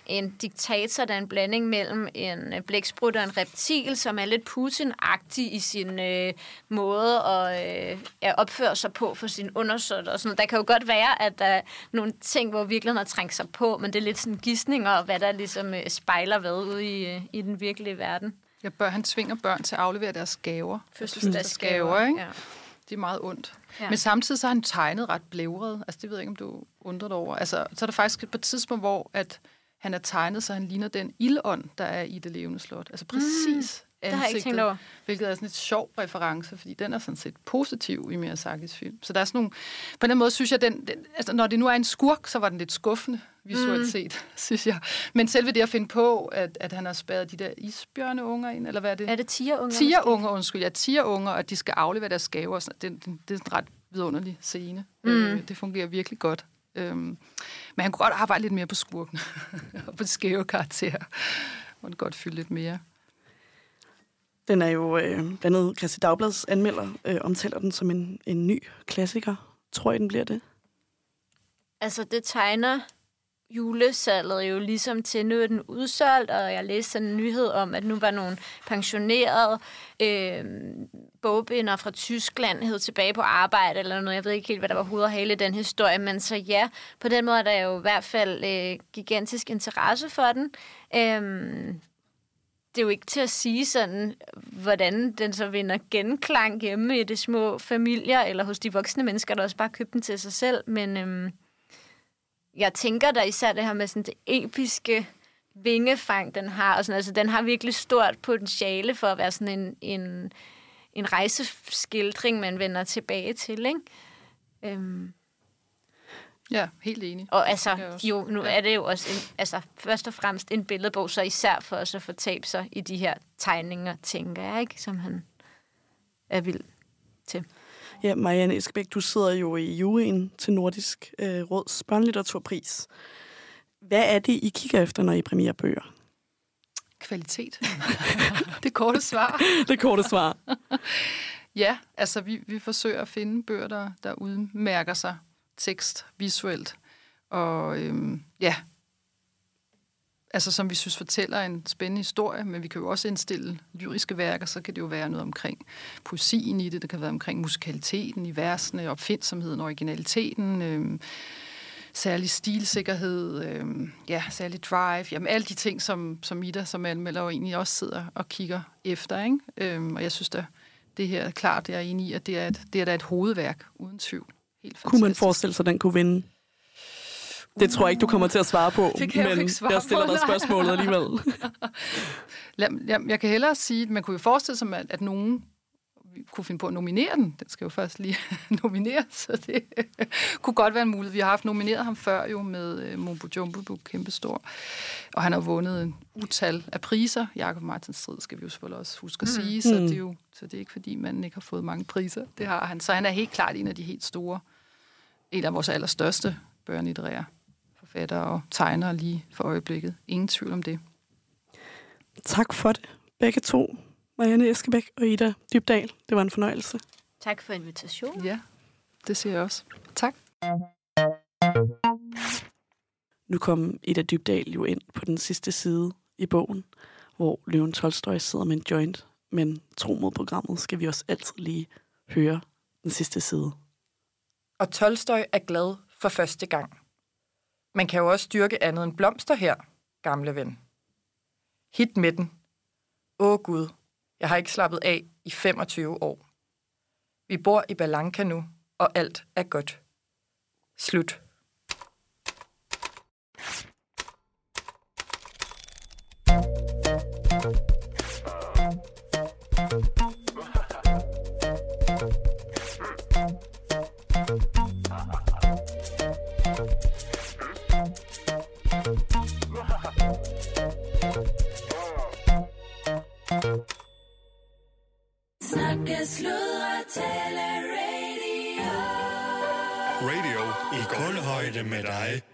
en diktator, der er en blanding mellem en blæksprut og en reptil, som er lidt Putin-agtig i sin måde at opføre sig på for sin undersåtter og sådan noget. Der kan jo godt være, at der er nogle ting, hvor virkeligheden har trængt sig på, men det er lidt sådan gidsninger, og hvad der ligesom spejler hvad ude i den virkelige verden. Ja, han tvinger børn til at aflevere deres gaver. Fødselsdagsgaver, ikke? Ja. Det er meget ondt. Ja. Men samtidig så har han tegnet ret blævret. Altså, det ved jeg ikke, om du undrer dig over. Altså, så er der faktisk på et tidspunkt, hvor at han er tegnet, så han ligner den ildånd, der er i Det Levende Slot. Altså præcis det har jeg ikke tænkt over. Hvilket er sådan et sjov reference, fordi den er sådan set positiv i Miyazakis film. Så der er sådan nogle... På den måde synes jeg, altså, når det nu er en skurk, så var den lidt skuffende visuelt set, synes jeg. Men selve det at finde på, at han har spærret de der isbjørneunger ind, eller hvad er det? Er det tigerunger? Tigerunger, undskyld. Ja, tigerunger, og de skal aflevere deres gaver. Det er en ret vidunderlig scene. Det fungerer virkelig godt. Men han kunne godt arbejde lidt mere på skurken og på skæve karakterer. Og det godt fylde lidt mere. Den er jo blandt andet Kristi Dagblads anmelder omtaler den som en ny klassiker. Tror I, den bliver det? Altså, det tegner julesalget jo ligesom til. Nu er den udsolgt, og jeg læste en nyhed om, at nu var nogle pensionerede bogbinder fra Tyskland hed tilbage på arbejde, eller noget. Jeg ved ikke helt, hvad der var hoved og hale i den historie, men så ja, på den måde er der jo i hvert fald gigantisk interesse for den. Det er jo ikke til at sige sådan, hvordan den så vinder genklang hjemme i de små familier, eller hos de voksne mennesker, der også bare køber den til sig selv, men jeg tænker der især det her med sådan det episke vingefang, den har, og sådan, altså den har virkelig stort potentiale for at være sådan en rejseskildring, man vender tilbage til, ikke? Ja, helt enig. Og altså, jo, nu er det jo også først og fremmest en billedbog, så især for os at få tabt sig i de her tegninger, tænker jeg, ikke? Som han er vild til. Ja, Marianne Eskebæk, du sidder jo i juryen til Nordisk Råds Børnelitteraturpris. Hvad er det, I kigger efter, når I præmierer bøger? Kvalitet. Det korte svar. Det korte svar. Ja, altså vi forsøger at finde bøger, der udmærker sig tekst, visuelt, og altså som vi synes fortæller en spændende historie, men vi kan jo også indstille lyriske værker, så kan det jo være noget omkring poesien i det, det kan være omkring musikaliteten i versene, opfindsomheden, originaliteten, særlig stilsikkerhed, særlig drive, jamen alle de ting, som Ida som anmelder jo egentlig også sidder og kigger efter, ikke? Og jeg synes da, det her klart, jeg er enig i, at det er da et hovedværk, uden tvivl. Kunne man forestille sig, at den kunne vinde? Det tror jeg ikke, du kommer til at svare på, men jeg stiller dig spørgsmålet alligevel. Jeg kan hellere sige, at man kunne jo forestille sig, at nogen kunne finde på at nominere den. Den skal jo først lige nomineres, så det kunne godt være en mulighed. Vi har haft nomineret ham før jo med Mumbo Jumbo Book, kæmpestor, og han har vundet en utal af priser. Jakob Martin Strid skal vi jo selvfølgelig også huske at sige, så det er ikke fordi, manden ikke har fået mange priser. Det har han. Så han er helt klart en af de helt store, en af vores allerstørste børnelitterære forfattere og tegnere lige for øjeblikket. Ingen tvivl om det. Tak for det, begge to. Marianne Eskebæk og Ida Dybdahl. Det var en fornøjelse. Tak for invitationen. Ja, det siger jeg også. Tak. Nu kom Ida Dybdahl jo ind på den sidste side i bogen, hvor Løven Tolstoj sidder med en joint, men tro mod programmet skal vi også altid lige høre den sidste side. Og Tolstoj er glad for første gang. Man kan jo også dyrke andet end blomster her, gamle ven. Hit med den. Åh Gud, jeg har ikke slappet af i 25 år. Vi bor i Balanka nu, og alt er godt. Slut. Radio i kulhøjde med dig.